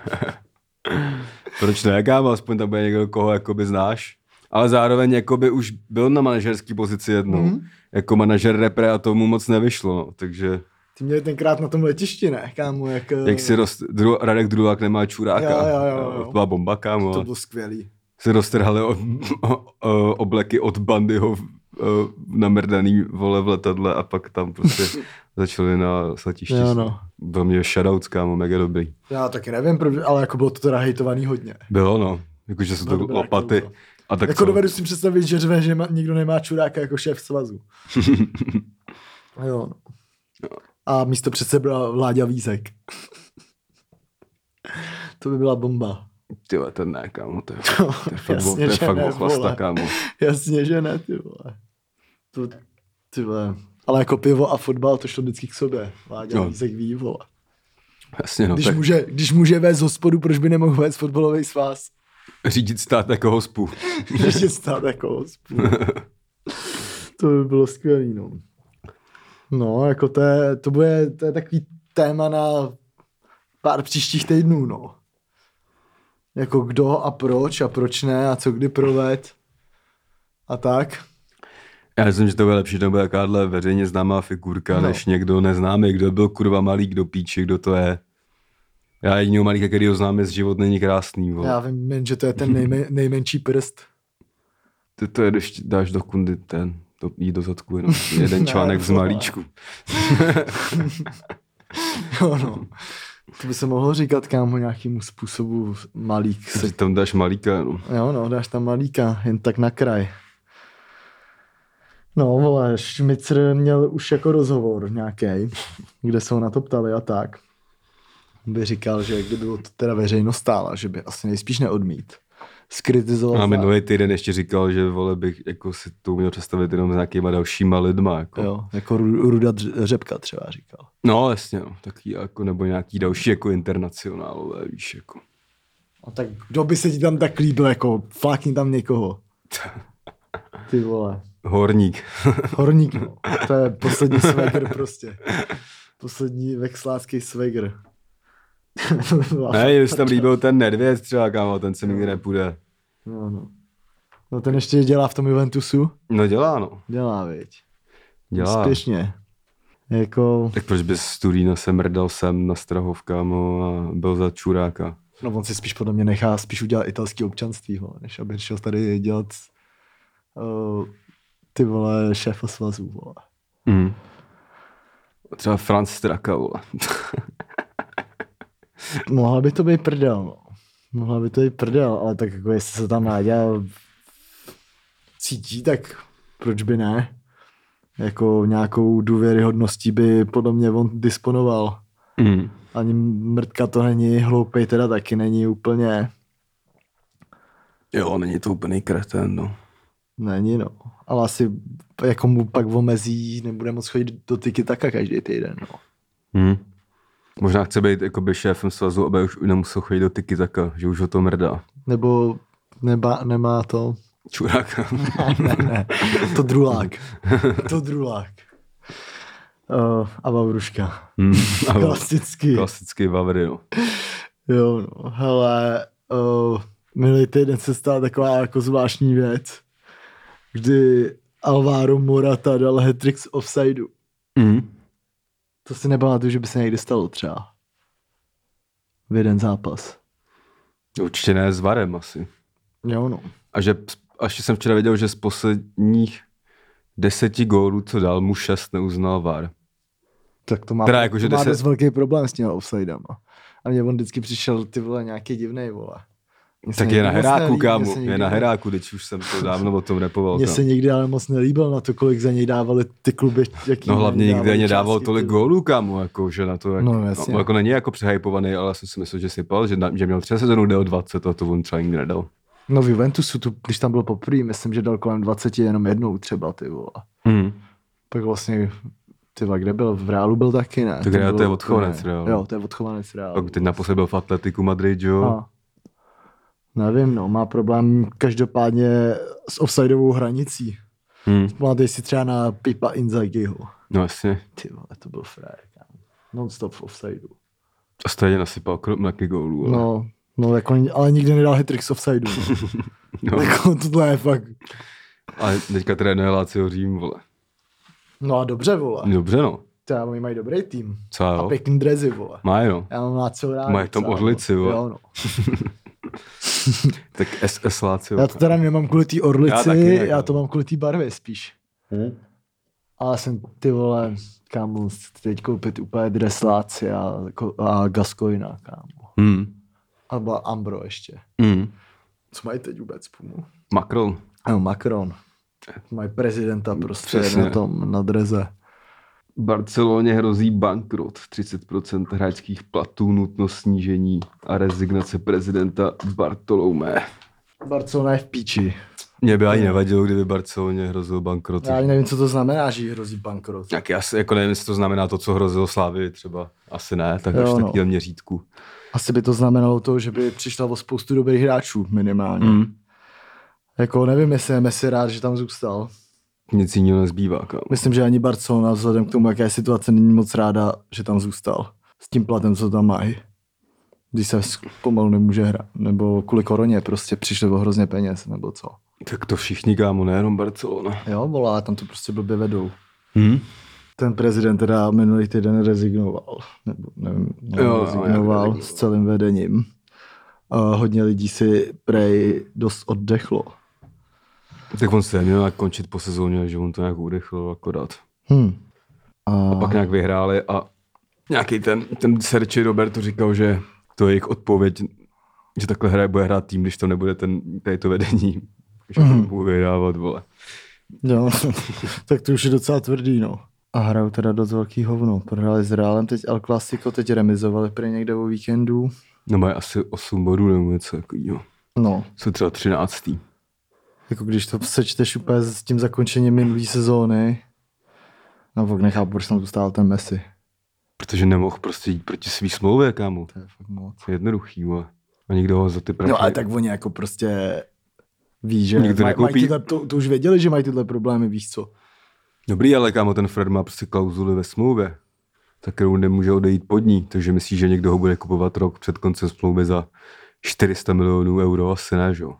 Proč ne, kámo? Aspoň tam bude někdo, koho jakoby znáš. Ale zároveň jakoby už byl na manažerské pozici jednou. Mm. Jako manažer repre a tomu moc nevyšlo, no. Takže... Ty měli tenkrát na tom letišti, ne, kámo? Jak, jak si roz... Dru... Radek Drulák nemá čuráka. Jo, jo, jo, jo. To byla bomba, kámo. To bylo skvělý. Se roztrhali o... O... O... obleky od Bandyho namrdaný vole v letadle a pak tam prostě začali na letišti. Jo, no. Byl mě shoutouts, kámo, mega dobrý. Já taky nevím, ale jako bylo to teda hejtovaný hodně. Bylo, no. Jakože jsou to dobrá, lopaty. A tak jako co? dovedu si představit, že řve, že ma, nikdo nemá čuráka jako šéf svazu. Jo, no. A místo přece byla Vláďa Vízek. To by byla bomba. Tyhle, ten ne, kámo, to je, to je fakt, to je fakt ochlasta, kámo. Jasně, že ne, ty vole. To, ty vole. Ale jako pivo a fotbal, to šlo vždycky k sobě. Vláďa no. Vízek ví, vole. Jasně, no. Když, Tak... může, když může vést hospodu, proč by nemohl vést fotbalový svaz? Řídit stát jako hospu. Řídit stát jako hospu. To by bylo skvělý, no. No, jako to je, to bude, to je takový téma na pár příštích týdnů, no. Jako kdo a proč a proč ne a co kdy proved a tak. Já myslím, že to bude lepší, že to bude takováhle veřejně známá figurka, no. Než někdo neznámý, kdo byl kurva malý, kdo píči, kdo to je. Já jedinýho malíka, který ho znám, je z život není krásný. Vol. Já vím, že to je ten nejmen, nejmenší prst. Ty to je, když dáš do kundy ten, to jí do zadku jenom jeden článek z malíčku. Jo, no. To by se mohlo říkat, kámo, nějakému způsobu malík. Se... Tam dáš malíka, no. Jo, no, dáš tam malíka, jen tak na kraj. No, vole, Šmicr měl už jako rozhovor nějaký, kde se ho na to ptali a tak. By říkal, že kdyby to teda veřejnost stála, že by asi nejspíš neodmít. Skritizoval. A minulý týden ještě říkal, že vole bych jako si to uměl představit jenom s nějakýma dalšíma lidma. Jako. Jo, jako Ruda Řepka třeba říkal. No, jasně, no, taky jako, nebo nějaký další jako internacionálové, víš, jako. A tak kdo by se ti tam tak líbil, jako flákni tam někoho. Ty vole. Horník. Horník, no. To je poslední swagger prostě. Poslední vexlácký swagger. Ne, jestli tam líbil ten Nedvěd třeba, kámo, ten se nikdy nepůjde. No, no. No ten ještě dělá v tom Juventusu? No dělá, no. Dělá, viď. Dělá. Úspěšně. Jako... Tak proč bys z Turína se mrdal sem na Strahov, kámo, a byl za čuráka? No on si spíš podle mě nechá spíš udělat italský občanství, vole, než aby šel tady dělat uh, ty vole šéfa svazu, vole. Mm. Třeba Franz Straka, vole. Mohla by to být prdel, no. Mohla by to být prdel, ale tak jako jestli se tam Náďa cítí, tak proč by ne? Jako nějakou důvěryhodností by podle mě on disponoval. Mm. Ani mrtka to není, hloupej teda taky není úplně. Jo, není to úplný kretén, no. Není, no. Ale asi jako mu pak omezí, nebude moc chodit do tiki taka každý týden, no. Mm. Možná chce být jakoby šéfem svazu, aby už nemusel chodit do tiki taka, že už ho to mrdá. Nebo neba, nemá to... Čurák. ne, ne, ne. To drulák. To drulák. Uh, a Vavruška. Mm. Klasicky. Klasický Vavry, no. Jo, no. Hele, uh, minulý týden se stala taková jako zvláštní věc, kdy Alvaro Morata dal hat-trick z offsideu. Mm. To si nepamatuju, že by se někdy stalo třeba. V jeden zápas. Určitě ne s VARem asi. Jo, no. A že až jsem včera věděl, že z posledních deseti gólů, co dal, mu šest neuznal VAR. Tak to má, teda jako, že to má deset... dost velký problém s těma offsidama. A mě on vždycky přišel, ty vole, nějaký divnej, vole. Tak je na heráku, kámo, je na heráku, teď už jsem to dávno o tom repoval. Mně se nikdy ale moc nelíbil na to, kolik za něj dávali ty kluby. Jaký no hlavně nikdy ani dával tolik ty... gólů, kámo, jako, že na to, jak, no, jasně. No, jako není jako přehypovaný, ale já jsem si myslel, že sypal, že, na, že měl třeba sezonu D O dvacet a to on třeba nikdy nedal. No v Juventusu, tu, když tam byl poprvé, myslím, že dal kolem dvacet jenom jednou třeba, ty vole. Hmm. Pak vlastně, ty vole, kde byl? V Reálu byl taky, ne? Tak Reál, to je odchovanec Reálu. Jo, to je odchovanec Reálu. Pak teď naposled byl v Atletiku Madrid, jo. A. Nevím, no, má problém každopádně s offsideovou hranicí. Hmm. Pamatuješ si třeba na Pipa Inzaghiho. No jasně. Ty vole, to byl frajer, kámo. Non-stop v offsideu. A stejně nasypal mraky gólů. Ale... No, no jako, ale nikdy nedal hat-trick z offsideu. No. no. Jako, tohle je fakt... Ale teďka trénuje Lazio Řím, vole. No a dobře, vole. Dobře, no. Třeba oni mají dobrý tým. Co jo? A pěkný drezy, vole. Mají, no. Já mám Lazio rád. Mají v tom orlici, vole. Jo, no. Tak S S Lazio. Já to teda nemám kvůli té orlici, já, ne, já to mám kvůli té barvy spíš. Hmm? Ale jsem, ty vole, kámo, teď koupit úplně dres Lazia a, a Gascoina, kámo. Hmm. Albo Ambro ještě. Hmm. Co mají teď vůbec Pumu? Macron. Ano, Macron. Mají prezidenta prostě Přesně. na tom, na dreze. Barceloně hrozí bankrot, třicet procent hráčských platů, nutnost snížení a rezignace prezidenta Bartolomé. Barcelona je v píči. Mě by ani nevadilo, kdyby Barceloně hrozil bankrot. Já ani nevím, co to znamená, že jí hrozí bankrot. Jak asi, jako nevím, jestli to znamená to, co hrozilo Slávii třeba. Asi ne, tak Jo, až no. takovým měřítku. Asi by to znamenalo to, že by přišla o spoustu dobrých hráčů minimálně. Mm. Jako nevím, jestli je Messi rád, že tam zůstal. Nic jiného nezbývá, kámo. Myslím, že ani Barcelona vzhledem k tomu, jaká je situace, není moc ráda, že tam zůstal. S tím platem, co tam mají. Když se pomalu nemůže hrát. Nebo kvůli koroně prostě přišli o hrozně peněz, nebo co. Tak to všichni, kámo, nejenom Barcelona. Jo, volá, tam to prostě blbě vedou. Hmm? Ten prezident teda minulý týden rezignoval. Nebo nevím, nevím Jo, rezignoval jo, s celým vedením. A hodně lidí si prej dost oddechlo. Tak on se neměl nějak končit po sezóně, že on to nějak udechl akorát. Hmm. A... A pak nějak vyhráli a nějaký ten, ten Serči Roberto říkal, že to je jejich odpověď, že takhle hraje, bude hrát tým, když to nebude ten, tady to vedení. Že mm. to bude vyhrávat, vole. Jo, tak to už je docela tvrdý, no. A hrajou teda dost velký hovno. Prohráli s Reálem, teď El Clasico, teď remizovali prý někde o víkendu. No mají asi osm bodů nebo něco takovýho. No. Jsou třeba třináctý. Jako když to sečteš úplně s tím zakončením minulý sezóny, no fakt nechápu, proč tam zůstal ten Messi. Protože nemohl prostě jít proti svý smlouvě, kámo. To je fakt moc. Jednoduchý, vole. A nikdo ho za ty prachy... No ale tak oni jako prostě ví, že Nikdo maj, nekoupí. mají tyhle, to, to už věděli, že mají tyhle problémy, víš co. Dobrý, ale kámo, ten Fred má prostě klauzuli ve smlouvě, za kterou nemůže odejít pod ní, takže myslíš, že někdo ho bude kupovat rok před koncem smlouvy za čtyři sta milionů euro, asi ne, že jo?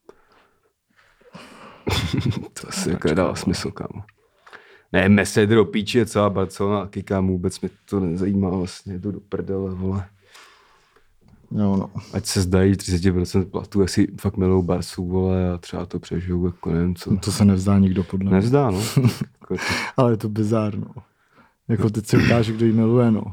To asi jako nedává smysl, kámo. Ne, Messi jde do píči, je celá Barcelona, taky kámo, vůbec mě to nezajímá vlastně, jdu do prdele, vole. Jo, no. Ať se zdají třicet procent platu, jak si fakt milou Barsu, vole, a třeba to přežijou, jako nevím co. No to se nevzdá nikdo podle mě. Nevzdá, no. Ale je to bizár, no. Jako teď se ukáže, kdo jí miluje, no.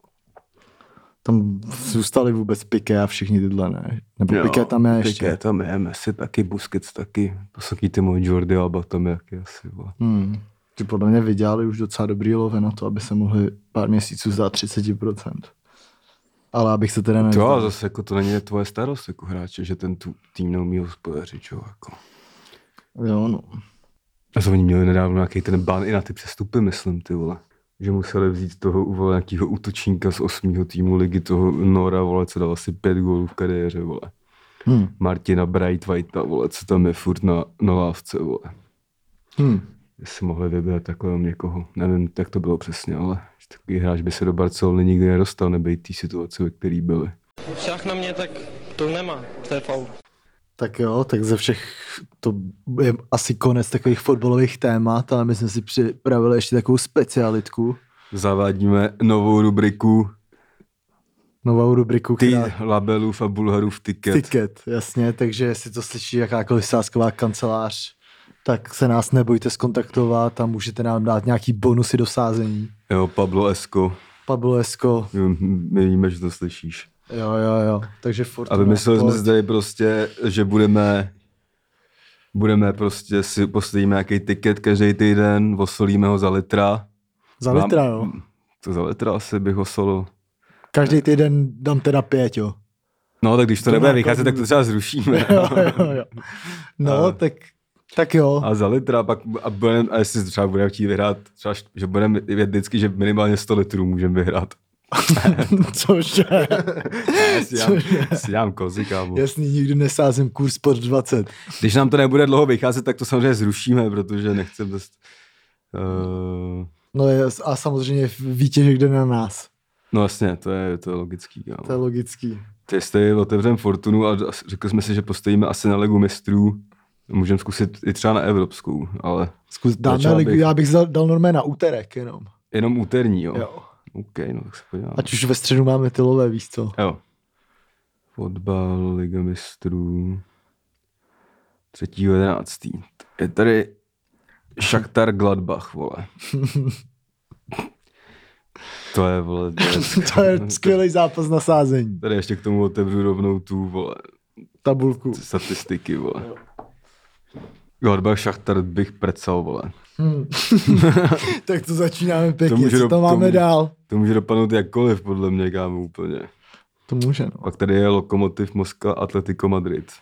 Tam zůstali vůbec Piqué a všichni tyhle, ne? Nebo jo, Piqué tam je ještě. Piqué tam je, Messi taky, Busquets taky. To jsou ty moji Jordi Alba tam je taky asi, vole. Hmm. Ty podle mě vydělali už docela dobrý love na to, aby se mohli pár měsíců zdát třicet procent. Ale abych se teda nevzdal. To a zase jako to není tvoje starost jako hráče, že ten tu, tým neumí hospodařit, čo, jako. Jo, no. A to oni měli nedávno nějaký ten ban i na ty přestupy, myslím, ty vole. Že museli vzít toho vole, nějakýho útočníka z osmého týmu ligy, toho Nora, vole, co dal asi pět gólů v kariéře, vole. Hmm. Martina Braithwaita, vole, co tam je furt na, na lávce, vole. Hmm. Jestli mohli vybrat takhle někoho, nevím, jak to bylo přesně, ale takový hráč by se do Barcelony nikdy nedostal, nebejt té situace, ve které byli. Však na mě, tak to nemá, to je faul. Tak jo, tak ze všech to je asi konec takových fotbalových témat, ale my jsme si připravili ještě takovou specialitku. Zavádíme novou rubriku. Novou rubriku, Ty která... Labelův a Bulharův tiket. Tiket, jasně, takže jestli to slyší jakákoliv sázková kancelář, tak se nás nebojte zkontaktovat a můžete nám dát nějaký bonusy do sázení. Jo, Pablo Esco. Pablo Esco. Jo, my víme, že to slyšíš. Jo, jo, jo. Takže Fortuna. A vymysleli jsme zde prostě, že budeme budeme prostě si postavíme nějaký tiket každý týden, osolíme ho za litra. Za litra, jo? To za litra asi bych osolil. Každý týden dám teda pět, jo. No, tak když to, to nebude vycházet, tak to třeba zrušíme. Jo, jo, jo. No, a, tak, tak jo. A za litra pak, a, budem, a jestli třeba budeme chtít vyhrát, třeba, že budeme vědět vždycky, že minimálně sto litrů můžeme vyhrát. Cože? Já si, dám, si dám kozy, kámo. Jasný, nikdy nesázím kurz pod dvacet. Když nám to nebude dlouho vycházet, tak to samozřejmě zrušíme, protože nechcem dost... Uh... No je, a samozřejmě výtěžek jde na nás. No jasně, to je, to je logický. Kámo. To je logický. Jestli otevřeme Fortunu a řekli jsme si, že postavíme asi na Ligu mistrů, můžeme zkusit i třeba na Evropskou, ale... Zkus, dáme ligu, bych... já bych dal normálně na úterek jenom. Jenom úterní, jo? Jo. OK, no tak se podíváme. Ať už ve středu máme tylové, víš co? Jo. Fotbal, Liga mistrů, třetího jedenáctého Je tady Šachtar Gladbach, vole. To je, vole... To je, to je skvělý zápas na sázení. Tady ještě k tomu otevřu rovnou tu, vole... Tabulku. Statistiky, vole. Gladbach Šachtar bych precal, vole. Hmm. Tak to začínáme pěkně, to co do, to máme to, dál? To může dopadnout jakkoliv, podle mě, kámo, úplně. To může, no. Pak tady je Lokomotiv Moskva, Atletico Madrid.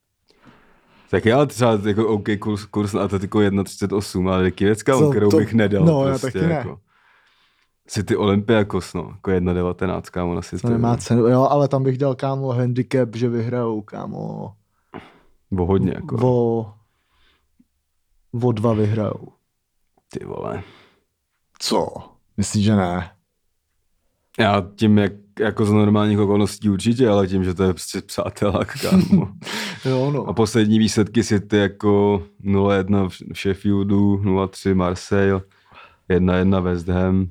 Tak já třeba jako OK kurz, kurz na Atletico jedna třicet osm, ale taky věc, kámo, kterou to, bych nedal. No, prostě, já taky jako. ne. City Olympiakos, no, jako jedna devatenáct, kámo, na City. To nemá cenu, jo, ale tam bych dal, kámo, handicap, že vyhrajou, kámo. Bo hodně, jako. O, o dva vyhrajou. Ty vole. Co? Myslíš, že ne? Já tím, jak, jako z normálních okolností určitě, ale tím, že to je prostě přátelák, kámo. Jo, no. A poslední výsledky City jako nula jedna v Sheffieldu, nula tři Marseille, jedna jedna West Ham.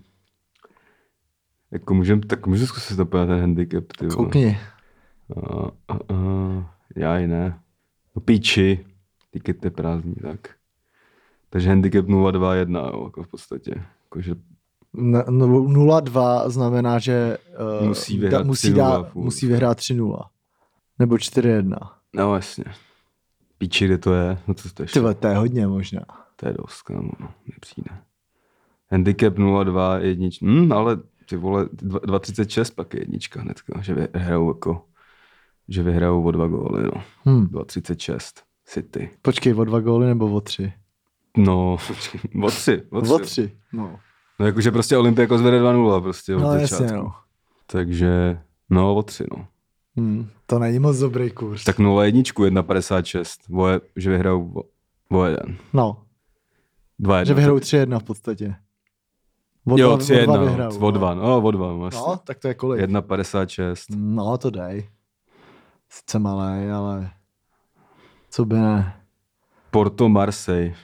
Jako můžem, tak můžu zkusit to na ten handicap, ty vole. Koukni. A, a, a, já i ne. No píči, tiket je prázdný, tak. Takže handicap nula dva jedna, jo, jako v podstatě. Jakože... nula dva znamená, že uh, musí vyhrát, da, musí, dá, musí vyhrát tři nula. Nebo čtyři jedna. No jasně. Píči, kde to je? No to, to, je Tyhle, to je hodně možná. To je dost, kámo, no, nepřijde. Handicap nula dva, jednička. Hm, ale ty vole, dva třicet šest pak je jednička hnedka, že vyhrajou jako, že vyhrajou o dva góly, no. Hmm. dva třicet šest City. Počkej, o dva góly nebo o tři? No, počkej, o tři. O tři. O tři, no. No jakože prostě Olympiakos vede dva nula prostě. No jasně, no. Takže, no o tři, no. Hmm, to není moc dobrý kurz. Tak nula jedničku, jedna padesát šest, Voje, že vyhrajou o, o jeden. No. dva jedna. Že vyhrajou tři jedna v podstatě. O jo, tři jedna, o dva, no, o dva. Vlastně. No, tak to je kolik? jedna padesát šest. No, to dej. Sice malej, ale co by ne. Porto Marseille.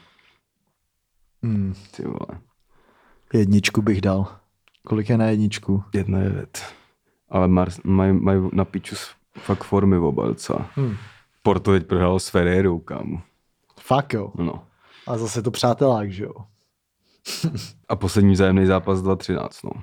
Hmm. Ty vole. Jedničku bych dal. Kolik je na jedničku? jedna devět. Ale Mars, mají maj na piču fakt formy oba docela. Hmm. Porto teď prohrál s Ferrerou, kámo. Fakt jo. No. A zase to přátelák, že jo. A poslední vzájemný zápas dva třináct, no.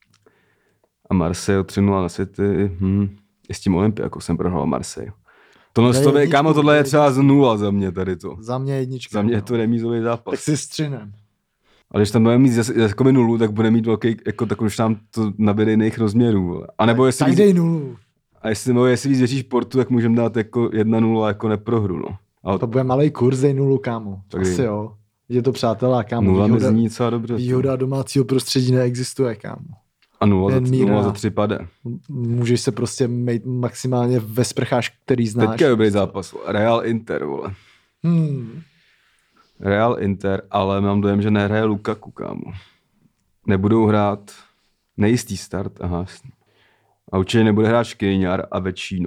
A Marseille tři nula na City, hm. I s tím Olympiakou jsem prohrál Marseille. Tohle, to je, kámo, tohle je třeba z nula za mě tady to. Za mě jednička. Za mě no. je to remízový zápas. Tak si střinem. Ale když tam budeme mít jako nulu, tak bude mít velký, jako tak už tam to nabíde jiných rozměrů. A nebo jestli tak víc, dej nulu. A jestli, nebo jestli víc věříš Portu, tak můžeme dát jako jedna nula jako neprohru, no. Ale to bude malej kurz, dej nulu, kámo. Tak asi dej. Jo. Je to přátelá, kámo. Nula mi zní docela dobře. Výhoda domácího prostředí neexistuje, kámo. A nula za, nula za tři pade. Můžeš se prostě mít maximálně ve sprcháš, který znáš. Teďka je dobrý zápas. Real Inter, vole. Hmm. Real Inter, ale mám dojem, že nehraje Lukaku, kámo. Nebudou hrát nejistý start, aha. A určitě nebude hrát Škriňar a Večínu.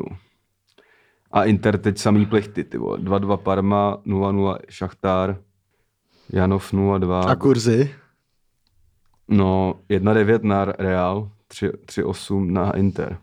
A Inter teď samý plechty, ty vole. dva dva Parma, nula nula Šachtár, Janov nula dva. A kurzy? No, jedna devět na Real, tři osm na Inter.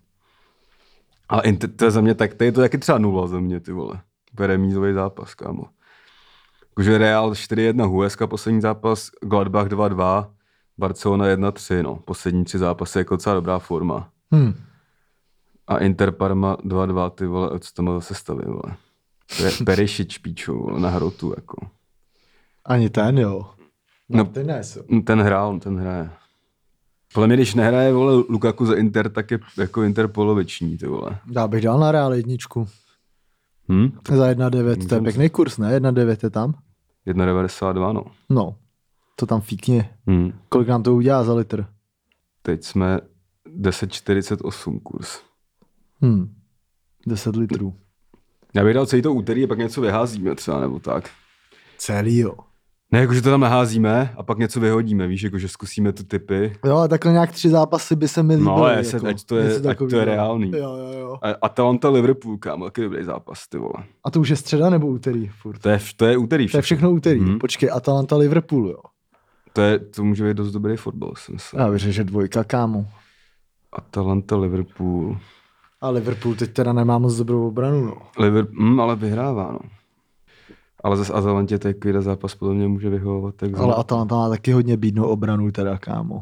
A Inter, to je za mě tak, to je to taky třeba nula za mě, ty vole. To je remízový zápas, kámo. Takže Real čtyři jedna Huesca, poslední zápas, Gladbach dva dva, Barcelona jedna tři, no. Poslední tři zápasy jako docela dobrá forma. Hmm. A Inter Parma dva dva, ty vole, co tam zase staví, vole. To je Perišič, píčo, vole, na hrotu, jako. Ani ten, jo. No, Martinez, no, ten hrál, ten hraje. Podle mě, když nehraje, vole, Lukaku za Inter, tak je jako Inter poloviční, ty vole. Já bych dal na Real jedničku. Hm? Za jedna devět, to je pěkný kurz, ne? jedna devět je tam? jedna devadesát dva, no. No, to tam fíkně. Hm. Kolik nám to udělá za litr? Teď jsme deset čtyřicet osm kurz. Hm. deset litrů. Já bych dal celý to úterý a pak něco vyházíme třeba, nebo tak. Celý, jo. Ne, jakože to tam naházíme a pak něco vyhodíme, víš, jakože zkusíme ty typy. Jo, a takhle nějak tři zápasy by se mi líbily. No ale jako, ať to je, ať to je reálný. Jo, jo, jo. A Atalanta Liverpool, kámo, taky dobrý zápas, ty vole. A to už je středa nebo úterý furt? To je, to je úterý. To je všechno úterý. Hmm. Počkej, Atalanta Liverpool, jo. To, je, to může být dost dobrý fotbal, jsem se. Já věřím, že dvojka, kámo. Atalanta Liverpool. A Liverpool teď teda nemá moc dobrou obranu, no. Liverpool, mm, ale vyhrává, no. Ale zase Atalantě takovýhle zápas podle mě může vyhovovat. Tak ale Atalanta má taky hodně bídnou obranu teda, kámo.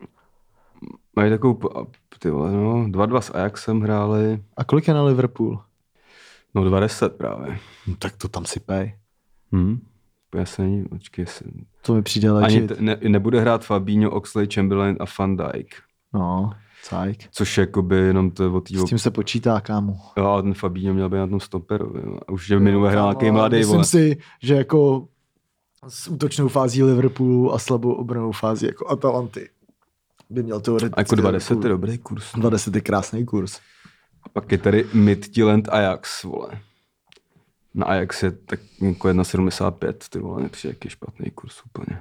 Mají takovou, ty vole, no, dva dva s Ajaxem hráli. A kolik je na Liverpool? No dva deset právě. No, tak to tam sypej. Hm, já se není, počkej se. To mi přijde legit. Ani ne, nebude hrát Fabinho, Oxlade, Chamberlain a Van Dijk. No, cajk. Což jakoby jenom to je o tý... S tím se počítá, kámo. Jo, a ten Fabinho měl být na tom stoperovi. A už že minule hrál nějaký mladý, myslím vole. si, že jako s útočnou fází Liverpoolu a slabou obranou fází jako Atalanty by měl teoreticky. A jako dva deset je dobrý kurz. dva deset je krásný kurz. A pak je tady Midtjylland Ajax, vole. Na Ajax je tak jako jedna sedmdesát pět, ty vole, nepřijde jaký špatný kurz úplně.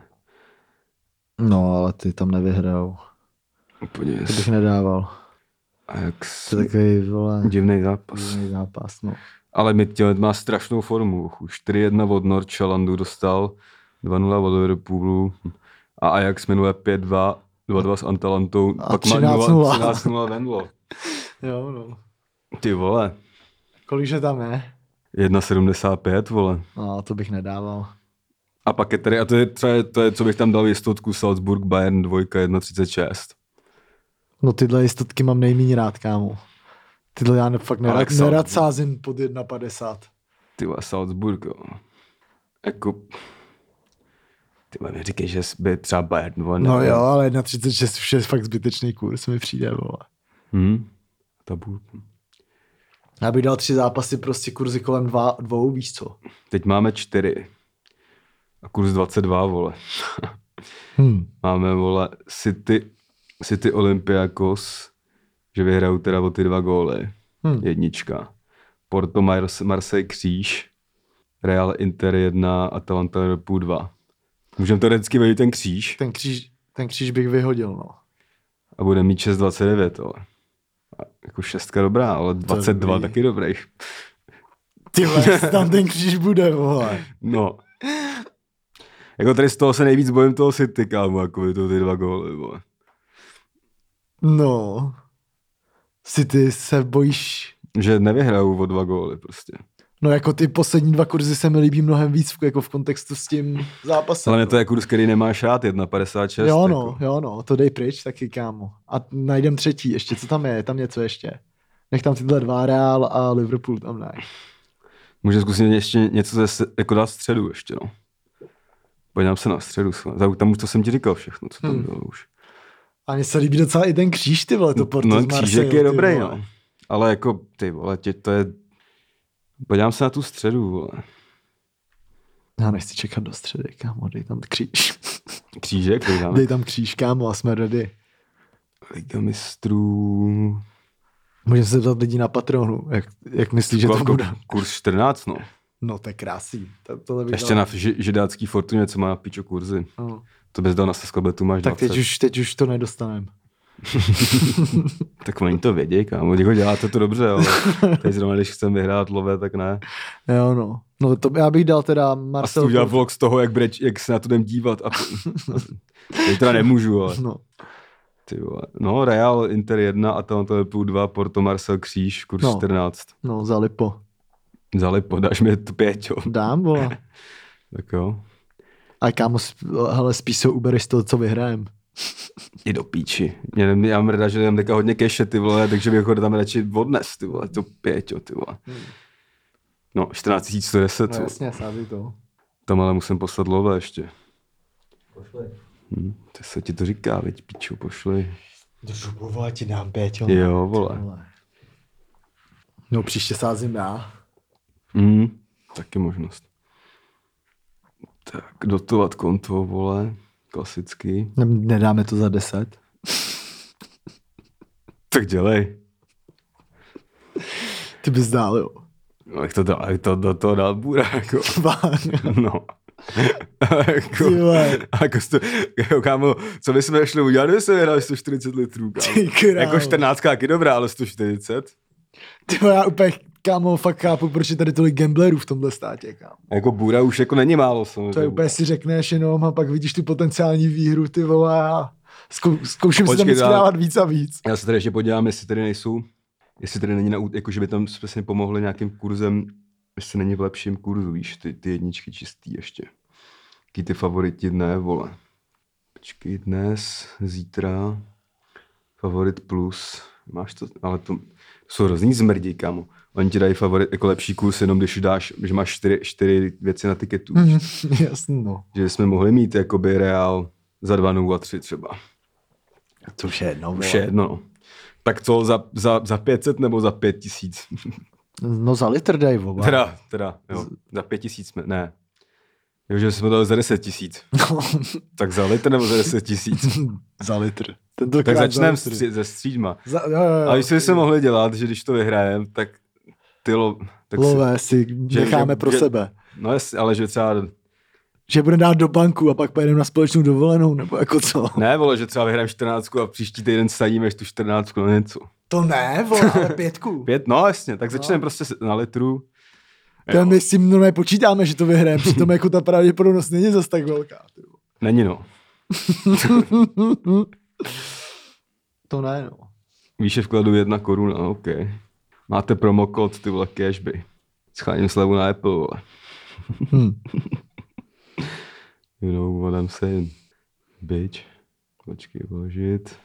No, ale ty tam nevyhrajou. Úplně To bych nedával. Ajax. To je takový, vole, divný zápas. divný zápas, no. Ale Midtjylland má strašnou formu. čtyři jedna od Nordsjællandu dostal, dva nula od Liverpoolu a Ajax minule pět dva, dva dva s Atalantou. A pak má třináct nula Venlo. Jo, no. Ty vole. Kolikže tam je? jedna sedmdesát pět, vole. No, to bych nedával. A pak je tady, a to je třeba, to je, co bych tam dal jistotku, Salzburg, Bayern, dvojka, jedna třicet šest. No tyhle jistotky mám nejméně rád, kámo. Tyhle já ne, fakt nerad, nerad sázím pod jedna padesát. Ty vole, Salzburg, jo. Jako... Ty vole, mi říkej, že by třeba Bayern, vole. No jo, ale jedna třicet šest už je fakt zbytečný kurz, mi přijde, vole. Hmm, tabu. Já bych dal tři zápasy, prostě kurzy kolem dva, dvou, víš co? Teď máme čtyři. A kurz dvacet dva, vole. Hmm. Máme, vole, City, City Olympiakos, že vyhrajou teda o ty dva góly. Hmm. Jednička. Porto Marseille kříž, Real Inter jedna, Atalanta Liverpool dva. Můžeme to vždycky vyhodit ten kříž. Ten kříž, ten kříž bych vyhodil, no. A bude mít šest dvacet devět, ale. A jako šestka dobrá, ale dvacet dva taky dobrý. Ty vole, tam ten kříž bude, vole. No. Jako tady z toho se nejvíc bojím toho City, kámo, jako by to ty dva góly, vole. No. City se bojíš... Že nevyhrajou o dva góly prostě. No jako ty poslední dva kurzy se mi líbí mnohem víc jako v kontextu s tím zápasem. Ale mě to je kurz, který nemáš rád, jedna padesát šest. Jo jako. no, jo no, to dej pryč taky, kámo. A najdem třetí, ještě co tam je, je tam něco ještě. Nech tam tyhle dva, Real a Liverpool tam ne. Můžeme zkusit ještě něco ze, jako dát středu ještě, no. Podívám se na středu, tam už to jsem ti říkal všechno, co tam hmm. bylo už. A mně se líbí docela i ten kříž, ty vole, to Porto no, z Marseille. Křížek je dobrý, no. Ale jako, ty vole, tě, to je... Podívám se na tu středu, vole. Já nechci čekat do středy, kámo, dej tam kříž. Křížek? Dej tam, dej tam kříž, kámo, a jsme ready. Liga mistrů... Můžeme se zeptat lidí na Patronu, jak, jak myslíš, že to jako, bude? Kurz čtrnáct, no. No, to je krásný. To, tohle Ještě dal... na ži, židácký Fortuně, co má na pičo kurzy. No. To bys dal na Sesklebetu, máš tak dvacet. teď už, teď už to nedostaneme. Tak oni to vědějí, kámo. Jako děláte to dobře, ale teď zrovna, když chcem vyhrát love, tak ne. Jo, no. No to já bych dal teda Marcel... A udělal vlog z toho, jak, breč, jak se na to jdem dívat. A teď teda nemůžu, ale... No. Ty vole. No, Real, Inter jedna, Atalanta Liverpool dva, Porto, Marseille, Kříž, kurz no. čtrnáct. No, za Lipo. Za Lipo, dáš mi to pět, jo. Dám, vole. Tak jo. A kámo, hele, spíš se ubereš z toho, co vyhrajem. I do píči. Mě, já mám ráda, že mám teďka hodně keše, ty vole, takže bych ho tam radši odnes, ty vole, to pět, jo, ty vole. Hmm. No, čtrnáct tisíc sto deset. No jasně, sází to. Tam ale musím poslat love ještě. Pošli. Hm, to se ti to říká, veď píču, pošli. Do žubu, vole, ti dám pět, jo. Jo, vole. No, příště sázím já. Hm, taky možnost. Tak, dotovat konto, vole, klasicky. Nedáme to za deset. Tak dělej. Ty bys dál, jo. No, jak to dál, to do toho dál bůra, jako. No. jako, jako, sto, jako, kámo, co bychom šli udělat, kdyby jsme vyhrali sto čtyřicet litrů, kámo. Jako čtrnáct je dobrá, ale sto čtyřicet. Ty já úplně, kámo, fakt chápu, proč je tady tolik gamblerů v tomhle státě, kámo. Jako bůra už jako není málo, samozřejmě. To je úplně si řekneš jenom a pak vidíš tu potenciální výhru, ty vole, a zkou, zkouším si tam vždycky dávat víc a víc. Já se tady ještě podívám, jestli tady nejsou, jestli tady není na, jako že by tam přesně pomohli nějakým kurzem, jestli není v lepším kurzu, víš, ty, ty jedničky čistý ještě. Jaký ty favoriti dne, vole. Počkej, dnes, zítra, favorit plus, máš to, ale to, to jsou hrozný zmrdí, kámo. Oni ti dají favorit, jako lepší kurz, jenom když dáš, že máš čtyři, čtyři věci na tiketu. Mm, jasný, no. Že jsme mohli mít jakoby Real za dva nula tři třeba. To už je jedno. Už je jedno, no. Tak co, za, za, za pět set nebo za pět tisíc? No za litr dej, oba. Teda, teda, jo. Za pět tisíc jsme, ne. Jo, že jsme dali za deset tisíc. No. Tak za litr nebo za deset tisíc? Za litr. Tak začneme se střídma. Za, jo, jo, jo, a víš, co jsme mohli dělat, že když to vyhrajeme, tak ty lo, tak lové si, si necháme že, pro že, sebe. No jest, ale že třeba... Že budeme dát do banku a pak pojedeme na společnou dovolenou, nebo jako co? Ne, vole, že třeba vyhrajeme čtrnáctku a příští týden sadíme tu čtrnáctku na něco. To ne, vole, ale pětku. Pět, no jasně, tak začneme no. prostě na litru. To my si mnou nepočítáme, že to vyhrajeme, přitom jako ta pravděpodobnost není zas tak velká. Tyvo. Není, no. To ne, no. Výše vkladu jedna koruna, ok. Máte promokód, ty vole, cashby. Scháním slevu na Apple, vole. Hmm. You know what I'm saying, bitch. Počkej, vložit.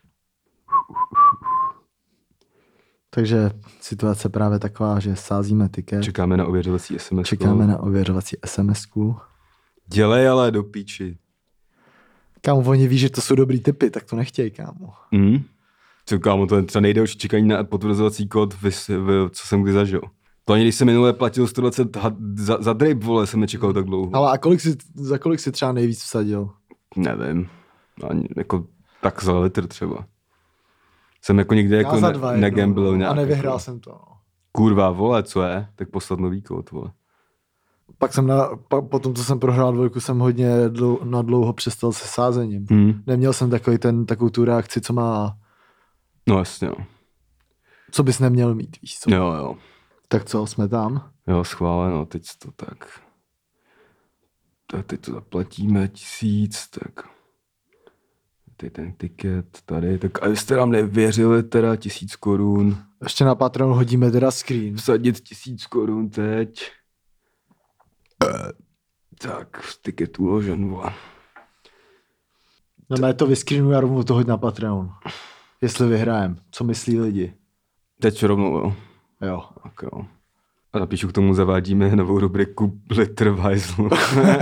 Takže situace právě taková, že sázíme tiket. Čekáme na ověřovací es em es. Čekáme na ověřovací SMSku. Dělej ale do píči. Kámo, oni ví, že to jsou dobrý typy, tak to nechtějí, kámo. Mm. Co, kámo, to je třeba nejdelší čekání na potvrzovací kód, v, v, co jsem kdy zažil. To ani když jsem minule platil sto dvacet had, za, za drip, vole, jsem nečekal tak dlouho. Ale a kolik si, za kolik si třeba nejvíc vsadil? Nevím. Ani, jako tak za litr třeba. Jsem jako nikdy jako ne, negamblil nějak. A nevyhrál jako. jsem to. No. Kurva, vole, co je? Tak poslat nový kód, vole. Pak jsem na, pa, potom, co jsem prohrál dvojku, jsem hodně dlou, na dlouho přestal se sázením. Hmm. Neměl jsem takový ten, takovou tu reakci, co má... No jasně, no. Co bys neměl mít, víš co? Jo, jo. Tak co, jsme tam? Jo, schváleno, teď to tak... tak teď to zaplatíme tisíc, tak... Ty ten tiket tady, tak a jste nám nevěřili teda tisíc korun. Ještě na Patreon hodíme teda screen. Vsadit tisíc korun teď. Tak, tiket uložen, vole. No mé to vyscreenuji a rovnou to hoď na Patreon. Jestli vyhrajem. Co myslí lidi? Teď rovnou, jo. Jo. Tak jo. A napíšu k tomu zavádíme novou rubriku Litr v hajzlu.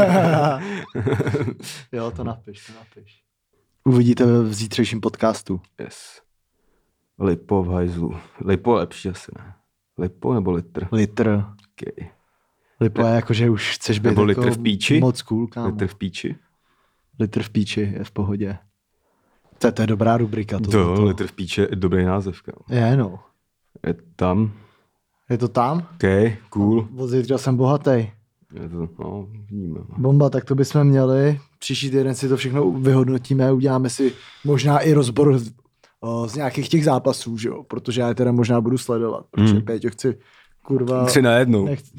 Jo, to napiš, to napiš. Uvidíte v zítřejším podcastu. Yes. Lipo v hajzlu. Lipo lepší asi, ne? Lipo nebo litr? Litr. Okay. Lipo je jako, že už chceš být nebo jako litr v píči? moc cool, kámo. Litr v píči? Litr v píči je v pohodě. To, to je dobrá rubrika. To, to, to. Litr v píči je dobrý název, kámo. Je, no. Je tam. Je to tam? OK, cool. Od zítra jsem bohatý. Je to, no, vníme. Bomba, tak to bychom měli. Příští týden si to všechno vyhodnotíme, uděláme si možná i rozbor z, o, z nějakých těch zápasů, že jo? Protože já je teda možná budu sledovat, protože Hmm. Péťo chci, kurva... Tři na jednou. Nechci,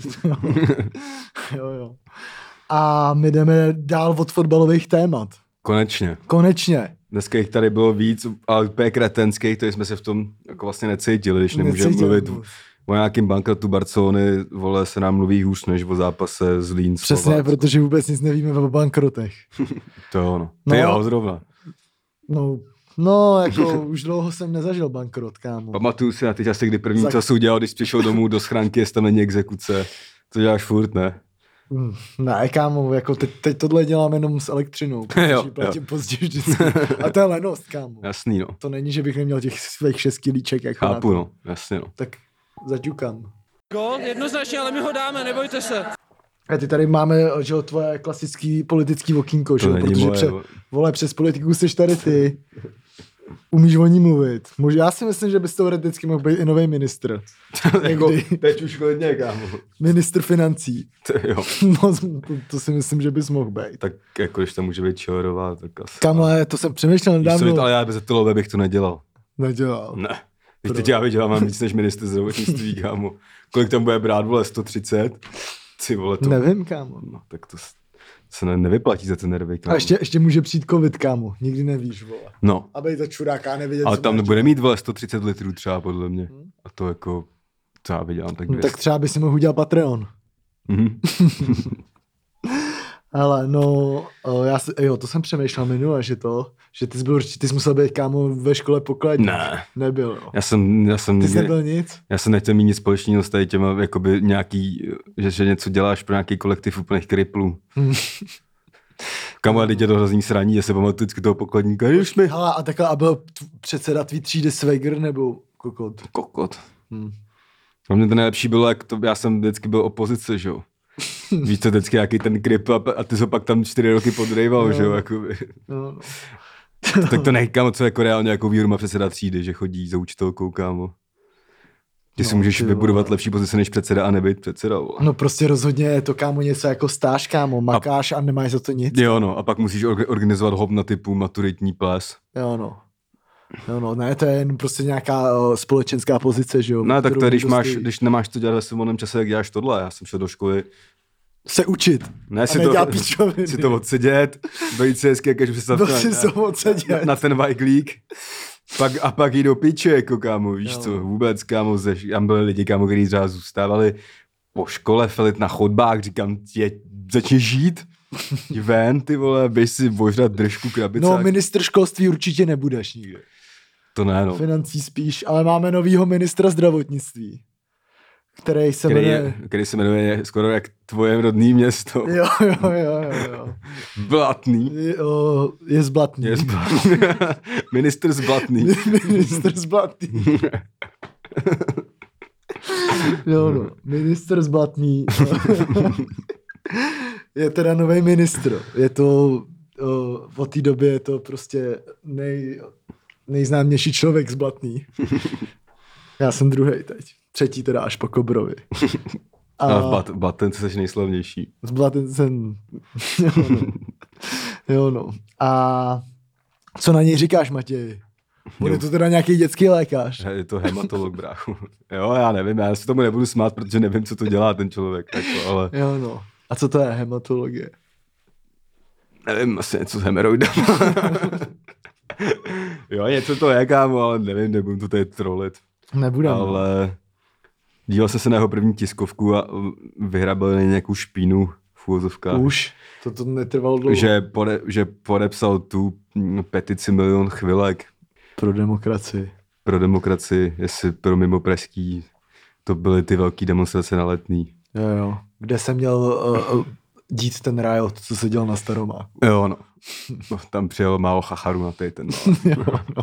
jo, jo. A my jdeme dál od fotbalových témat. Konečně. Konečně. Dneska jich tady bylo víc, ale úplně kretenských, to jsme se v tom jako vlastně necítili, když nemůžeme Necítili mluvit moc. o nějakým bankrotu Barcelony, vole, se nám mluví hůř, než o zápase z Lín. Přesně, protože vůbec nic nevíme o bankrotech. To jo, no. No. Ty jo, zrovna. No, no jako už dlouho jsem nezažil bankrot, kámo. Pamatuju si na ty časy, kdy první, Za- co jsi udělal, když jsi přišel domů do schránky, jestli tam není exekuce. To děláš furt, ne? Mm, Ne, kámo, jako teď, teď tohle dělám jenom s elektřinou, Jo, protože platím pozdě vždycky. A to je lenost, kámo. Jasný, no. To není, že bych neměl těch svých šest kilíček jako na Chápu, to. no. Jasně, no. Tak zaťukám. Gól, jednoznačně, ale my ho dáme, nebojte se. A ty tady máme, že jo, tvoje klasický politický okýnko, že To jo, není protože moje, pře, vole. vole, přes politiku jsi tady ty. Umíš o ní mluvit. Možná já si myslím, že bys teoreticky mohl být i nový ministr. Jako, Někdy. teď už klidně, kámo. Ministr financí. To jo. No, to, to si myslím, že bys mohl být. Tak jako, když tam může být Čorová, tak asi. Kámo, ale to jsem přemýšlel Víš co, nedávno. ale já bez Tylové bych to nedělal. Nedělal. Ne. Teď, teď já vydělám mám víc než ministr zdravotnictví, kámo. Kolik tam bude brát, vole, sto třicet? Ty vole, to... Nevím, kámo. No, tak to s- se ne, nevyplatí za ten nervy, kámo. A ještě, ještě může přijít covid, kámo. Nikdy nevíš, vole. No, A bejt za čuráka a nevědět, ale co tam máš. nebude mít, vole, sto třicet litrů třeba, podle mě. A to jako, co já vydělám, tak No, dvě stě. tak třeba by si mohl udělat Patreon. Mhm. Ale no, o, já si, jo, to jsem přemýšlel minule, že to, že ty jsi byl určitě, ty jsi musel být, kámo, ve škole pokladní. Ne. Nebyl, jo. Já jsem, já jsem, Ty jsi nikdy- nebyl nic? já jsem nechtěl mít nic společného s tady těma, jakoby nějaký, že, že něco děláš pro nějaký kolektiv úplných kriplů. Kamu, a teď je to hrozný sraní, já se pamatuju vždycky toho pokladníka, když mi... Hele, a takhle, a byl t- předseda tvý třídy Swagger nebo kokot? Kokot. Hmm. A mě to nejlepší bylo, jak to, já jsem vždycky byl opozice, že jo. Víš co, vždycky nějaký ten krip a, a ty jsi ho pak tam čtyři roky podrejval, že jo, jakoby. No, no. Tak to nechám, co jako reálně jako výru má předseda třídy, že chodí za učitelkou, kámo. Ty si No, můžeš ty vole. vybudovat lepší pozici než předseda a nebejt předseda, vole. no prostě rozhodně je to, kámo, něco jako stáž, kámo, makáš a, a nemáš za to nic. Jo no, a pak musíš orga- organizovat hop na typu maturitní ples. Jo, no. Jo, no, ne, to je jen prostě nějaká o, společenská pozice, že jo. No tak kterou to je, když, někdo máš, stojí. když nemáš co dělat ve svém volném čase, jak děláš tohle. Já jsem šel do školy, Se učit. ne A si to, nedělat pičoviny. si to odsedět, dojít si hezky, jakéž představ No na, si to odsedět. na, na ten vajglík. Pak, a pak jít do piče, jako kámo, víš Jo. co, vůbec, kámo, zeš, tam byli lidi, kámo, kteří třeba zůstávali po škole, felit na chodbách, říkám, je, začni žít, jdi ven, ty vole, běž si vožrat držku krabice. No, ministr školství určitě nebudeš nikdy. To ne, no. Financí spíš, ale máme novýho ministra zdravotnictví, který se Který, jmenuje... je, který se jmenuje skoro jak tvoje rodné město. Jo, jo, jo, jo, jo. Blatný. Je, o, je zblatný. Je zblatný. Ministr zblatný. Ministr zblatný. Jo, no. Ministr zblatný. Je teda nový ministr. Je to, o, od té doby je to prostě nej, nejznámější člověk zblatný. Já jsem druhý teď. Třetí teda až po Kobrovi. A, a v bat, Batence jsi nejslavnější. Zblaten jsem... Jo, no. Jo, no. A co na něj říkáš, Matěj? On je to teda nějaký dětský lékař. Je to hematolog, bráchu. Jo, já nevím, já se tomu nebudu smát, protože nevím, co to dělá ten člověk. Jako, ale Jo, no. A co to je hematologie? nevím, asi něco s hemeroidem. Jo, něco to je, kámo, ale nevím, nebudu to tady trolit. Nebudem. Ale díval jsem se na jeho první tiskovku a vyhrabil na nějakou špínu v úvozovkách. Už? To, to netrvalo dlouho. Že, pode, že podepsal tu petici milion chvilek. Pro demokracii. Pro demokracii, jestli pro mimo pražský, to byly ty velké demonstrace na Letný. Jo, jo. Kde se měl uh, uh, dít ten riot, co se dělal na Staromáku. Jo, no. no tam přijelo málo chacharu na tej ten. jo, no.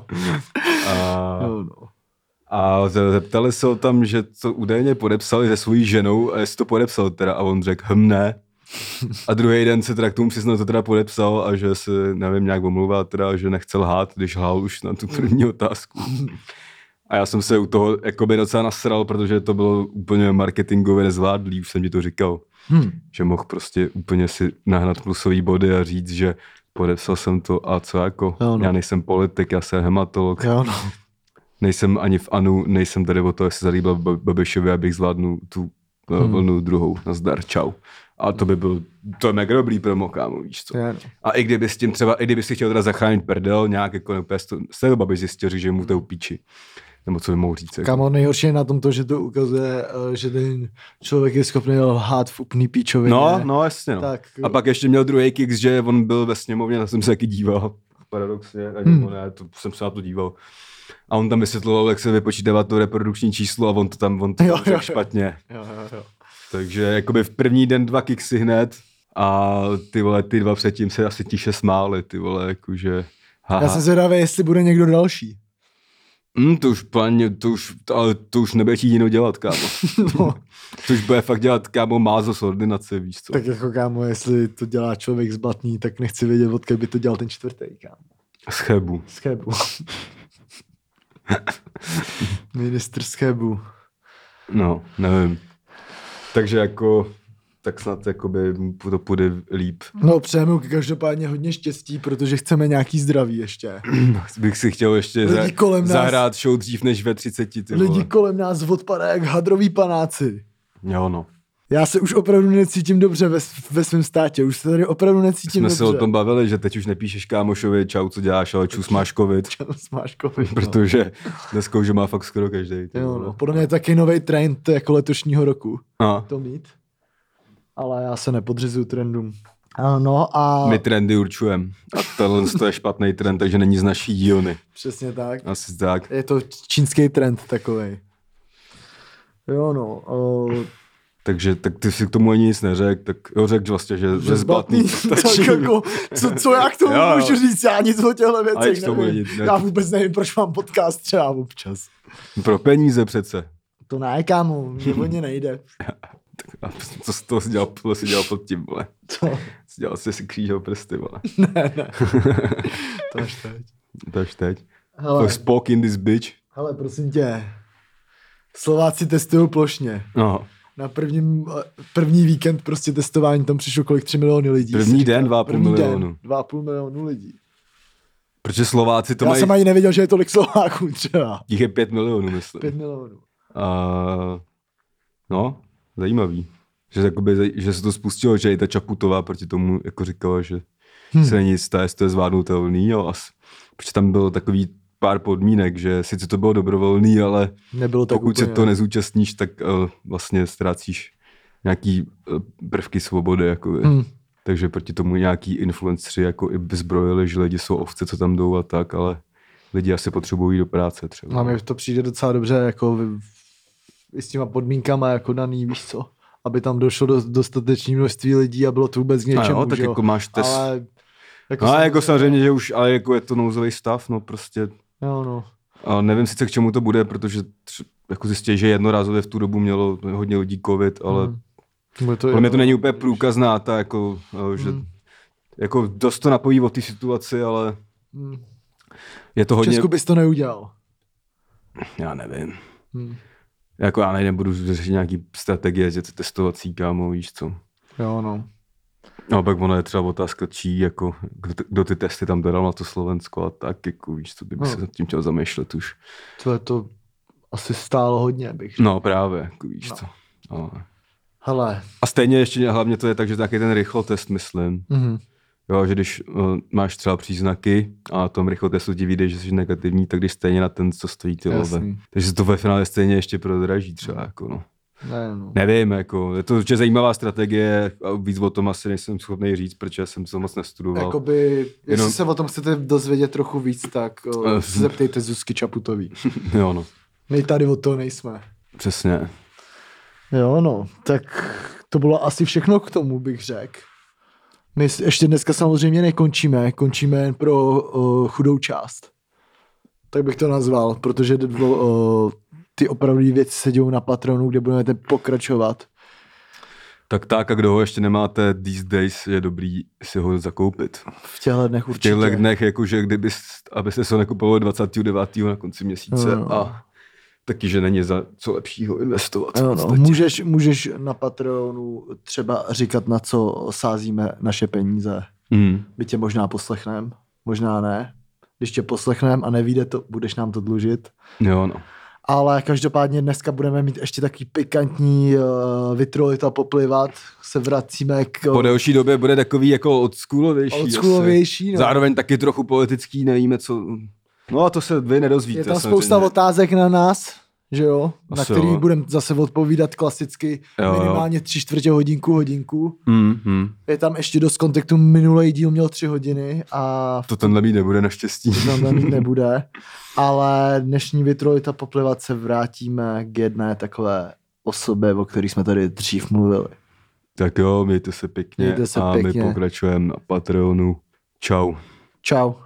A, jo, no. a zeptali se ho tam, že to údajně podepsali se svojí ženou a jestli to podepsal teda a on řekl, hm ne. A druhý den se teda k tomu přiznal, to teda podepsal a že se, nevím, nějak omlouval teda, že nechce lhát, když lhal už na tu první otázku. A já jsem se u toho jakoby docela nasral, protože to bylo úplně marketingově nezvládlý, už jsem ti to říkal. Hmm. Že mohl prostě úplně si nahnat plusový body a říct, že podepsal jsem to a co jako. Jo, no. Já nejsem politik, já jsem hematolog. Jo, no. Nejsem ani v Anu, nejsem tady o to, jestli zalíbil Babišovi, abych zvládnul tu hmm. vlnu druhou. Nazdar, čau. A to by byl, to je mega dobrý promo, kámo, víš co. Já, no. A i kdyby s tím třeba, i kdyby si chtěl teda zachránit prdel, nějak jako nepět, z toho Babiš zjistil, že mu to upíči. Nebo co by mohl říct. Jako. Kámo, nejhorší je na tom to, že to ukazuje, že ten člověk je schopný lhát v úplný píčovině. No, no, jasně. No. Tak, a pak ještě měl druhý kick, že on byl ve sněmovně, na jsem se taky díval. Paradoxně, ani hmm. ne, to jsem se na to díval. A on tam vysvětloval, jak se vypočítává to reprodukční číslo a on to tam, on to jo, jo, špatně. Jo, jo, jo. Takže jakoby v první den dva kicksy hned a ty vole, ty dva předtím se asi tiše smáli, ty vole, jakože... Haha. Já jsem zvědavý, jestli bude někdo další. Mm, to už plně, to už, ale to už nebude chtít jinou dělat, kámo. no. To už bude fakt dělat, kámo, mázo z ordinace, víš co. Tak jako, kámo, jestli to dělá člověk z Blatný, tak nechci vědět, odkud by to dělal ten čtvrtý, kámo. Z Chebu. Z Chebu. Ministr z Chebu. No, nevím. Takže jako, tak snad jakoby to půjde líp. No přejeme každopádně hodně štěstí, protože chceme nějaký zdraví ještě. Bych si chtěl ještě za, nás, zahrát show dřív než ve třiceti. Ty lidi vole. kolem nás odpadá jak hadroví panáci. Jo no. Já se už opravdu necítím dobře ve, ve svém státě, už se tady opravdu necítím Jsme dobře. Jsme se o tom bavili, že teď už nepíšeš kámošovi, čau, co děláš, ale čus, máš covid. Čus, máš covid, no. Protože dneska už má fakt skoro každý. Jo, no. Podle mě je taky nový trend jako letošního roku. A. To mít. Ale já se nepodřizuju trendům. No a... My trendy určujeme. A tohle je špatný trend, takže není z naší dílny. Přesně tak. Asi tak. Je to čínský trend takovej. Jo no. O... Takže tak ty si k tomu ani nic neřekl, tak jo, řekl vlastně, že, že zbatný. Tak jako, co, co já k tomu jo, můžu říct, já nic o těchto věcech nevím. Nic, ne. Já vůbec nevím, proč mám podcast třeba občas. Pro peníze přece. To ne, kámo, mě o ně nejde. A co jsi to dělal, to jsi dělal pod tím, vole? Co? Jsi dělal jsi si křížel prsty, vole. Ne, ne. To až teď. To až teď. Hele. Spoke in this bitch. Hele, prosím tě. Slováci testují plošně. No. Na prvním, první víkend prostě testování tam přišlo kolik tři miliony lidí. První den dva a půl milionu. Dva a půl milionu lidí. Protože Slováci to Já mají... Já jsem ani nevěděl, že je tolik Slováků třeba. Jich je pět milionů, myslím. Pět milionů. A... No, zajímavý. Že, jakoby, že se to spustilo, že i ta Čaputová proti tomu jako říkala, že hmm. se není jistá, jestli to je zvládnutelný. Jo, as... Protože tam bylo takový pár podmínek, že sice to bylo dobrovolný, ale nebylo tak pokud úplně, se to nezúčastníš, tak uh, vlastně ztrácíš nějaký uh, prvky svobody. Jako, hmm. Takže proti tomu nějaký influenceri jako i vyzbrojili, že lidi jsou ovce, co tam jdou a tak, ale lidi asi potřebují do práce třeba. A mi to přijde docela dobře jako i s těma podmínkama jako daný, víš co? Aby tam došlo do dostatečné množství lidí a bylo to vůbec k něčemu, jo, tak jo? jako máš test. Ale jako, no, samozřejmě, jako samozřejmě, že už, ale jako je to nouzový stav, no prostě. Jo, no. A nevím sice k čemu to bude, protože tři, jako zjistí, že jednorázově v tu dobu mělo hodně lidí covid, ale hmm. to, mě to není úplně průkazná, ta jako, že hmm. jako dost to napojí o té situaci, ale hmm. je to hodně... V Česku bys to neudělal. Já nevím. Hmm. Jako já nebudu řešit nějaký strategie, že to testovací, kámo, víš co. Jo, no. No pak ono je třeba otázka, čí, jako, kdo, kdo ty testy tam dodal na to Slovensko a tak, jako víš, co by no. se nad tím chtěl zamýšlet už. To je to asi stálo hodně, bych řekl. No právě, jako víš no. co. No. Hele. A stejně ještě hlavně to je tak, že taky ten rychlotest, myslím, mm-hmm. Jo, že když uh, máš třeba příznaky a na tom rychlotestu ti vyjde, že jsi negativní, tak když stejně na ten, co stojí ty vole. Takže se to ve finále stejně ještě prodraží třeba, jako no. Ne, no. Nevím, jako, je to určitě zajímavá strategie a víc o tom asi nejsem schopný říct, protože jsem to moc nestudoval. Jakoby, jestli Jenom... se o tom chcete dozvědět trochu víc, tak uh, se zeptejte Zuzky Čaputový. Jo, no. My tady od toho nejsme. Přesně. Jo, no, tak to bylo asi všechno k tomu, bych řekl. My ještě dneska samozřejmě nekončíme, končíme jen pro uh, chudou část. Tak bych to nazval, protože uh, ty opravdu věci se dějou na Patronu, kde budeme pokračovat. Tak tak, a kdo ho ještě nemáte these days, je dobrý si ho zakoupit. V těchto dnech určitě. V těchto dnech, jakože kdyby, abyste se ho nekupovali dvacátého devátého na konci měsíce no. a taky, že není za co lepšího investovat. No, no. Můžeš, můžeš na Patronu třeba říkat, na co sázíme naše peníze. Mm. My tě možná poslechneme, možná ne. Když tě poslechneme a nevíde to, budeš nám to dlužit. Jo, no. Ale každopádně dneska budeme mít ještě taky pikantní uh, vytrolit a poplivat. Se vracíme k... Po delší době bude takový jako oldschoolovější. Oldschoolovější, no. Zároveň taky trochu politický, nevíme co... No a to se vy nedozvíte. Je tam spousta samozřejmě. Otázek na nás, že jo? Asi na který jo. budeme zase odpovídat klasicky jo, minimálně jo. tři čtvrtě hodinku, hodinku. Mm, mm. Je tam ještě dost kontaktu, minulý díl měl tři hodiny a... To tenhle mít nebude naštěstí. To tenhle mít nebude, ale dnešní vytrolit a poplivat se vrátíme k jedné takové osobě, o který jsme tady dřív mluvili. Tak jo, mějte se pěkně mějte se a pěkně. my pokračujeme na Patreonu. Čau. Čau.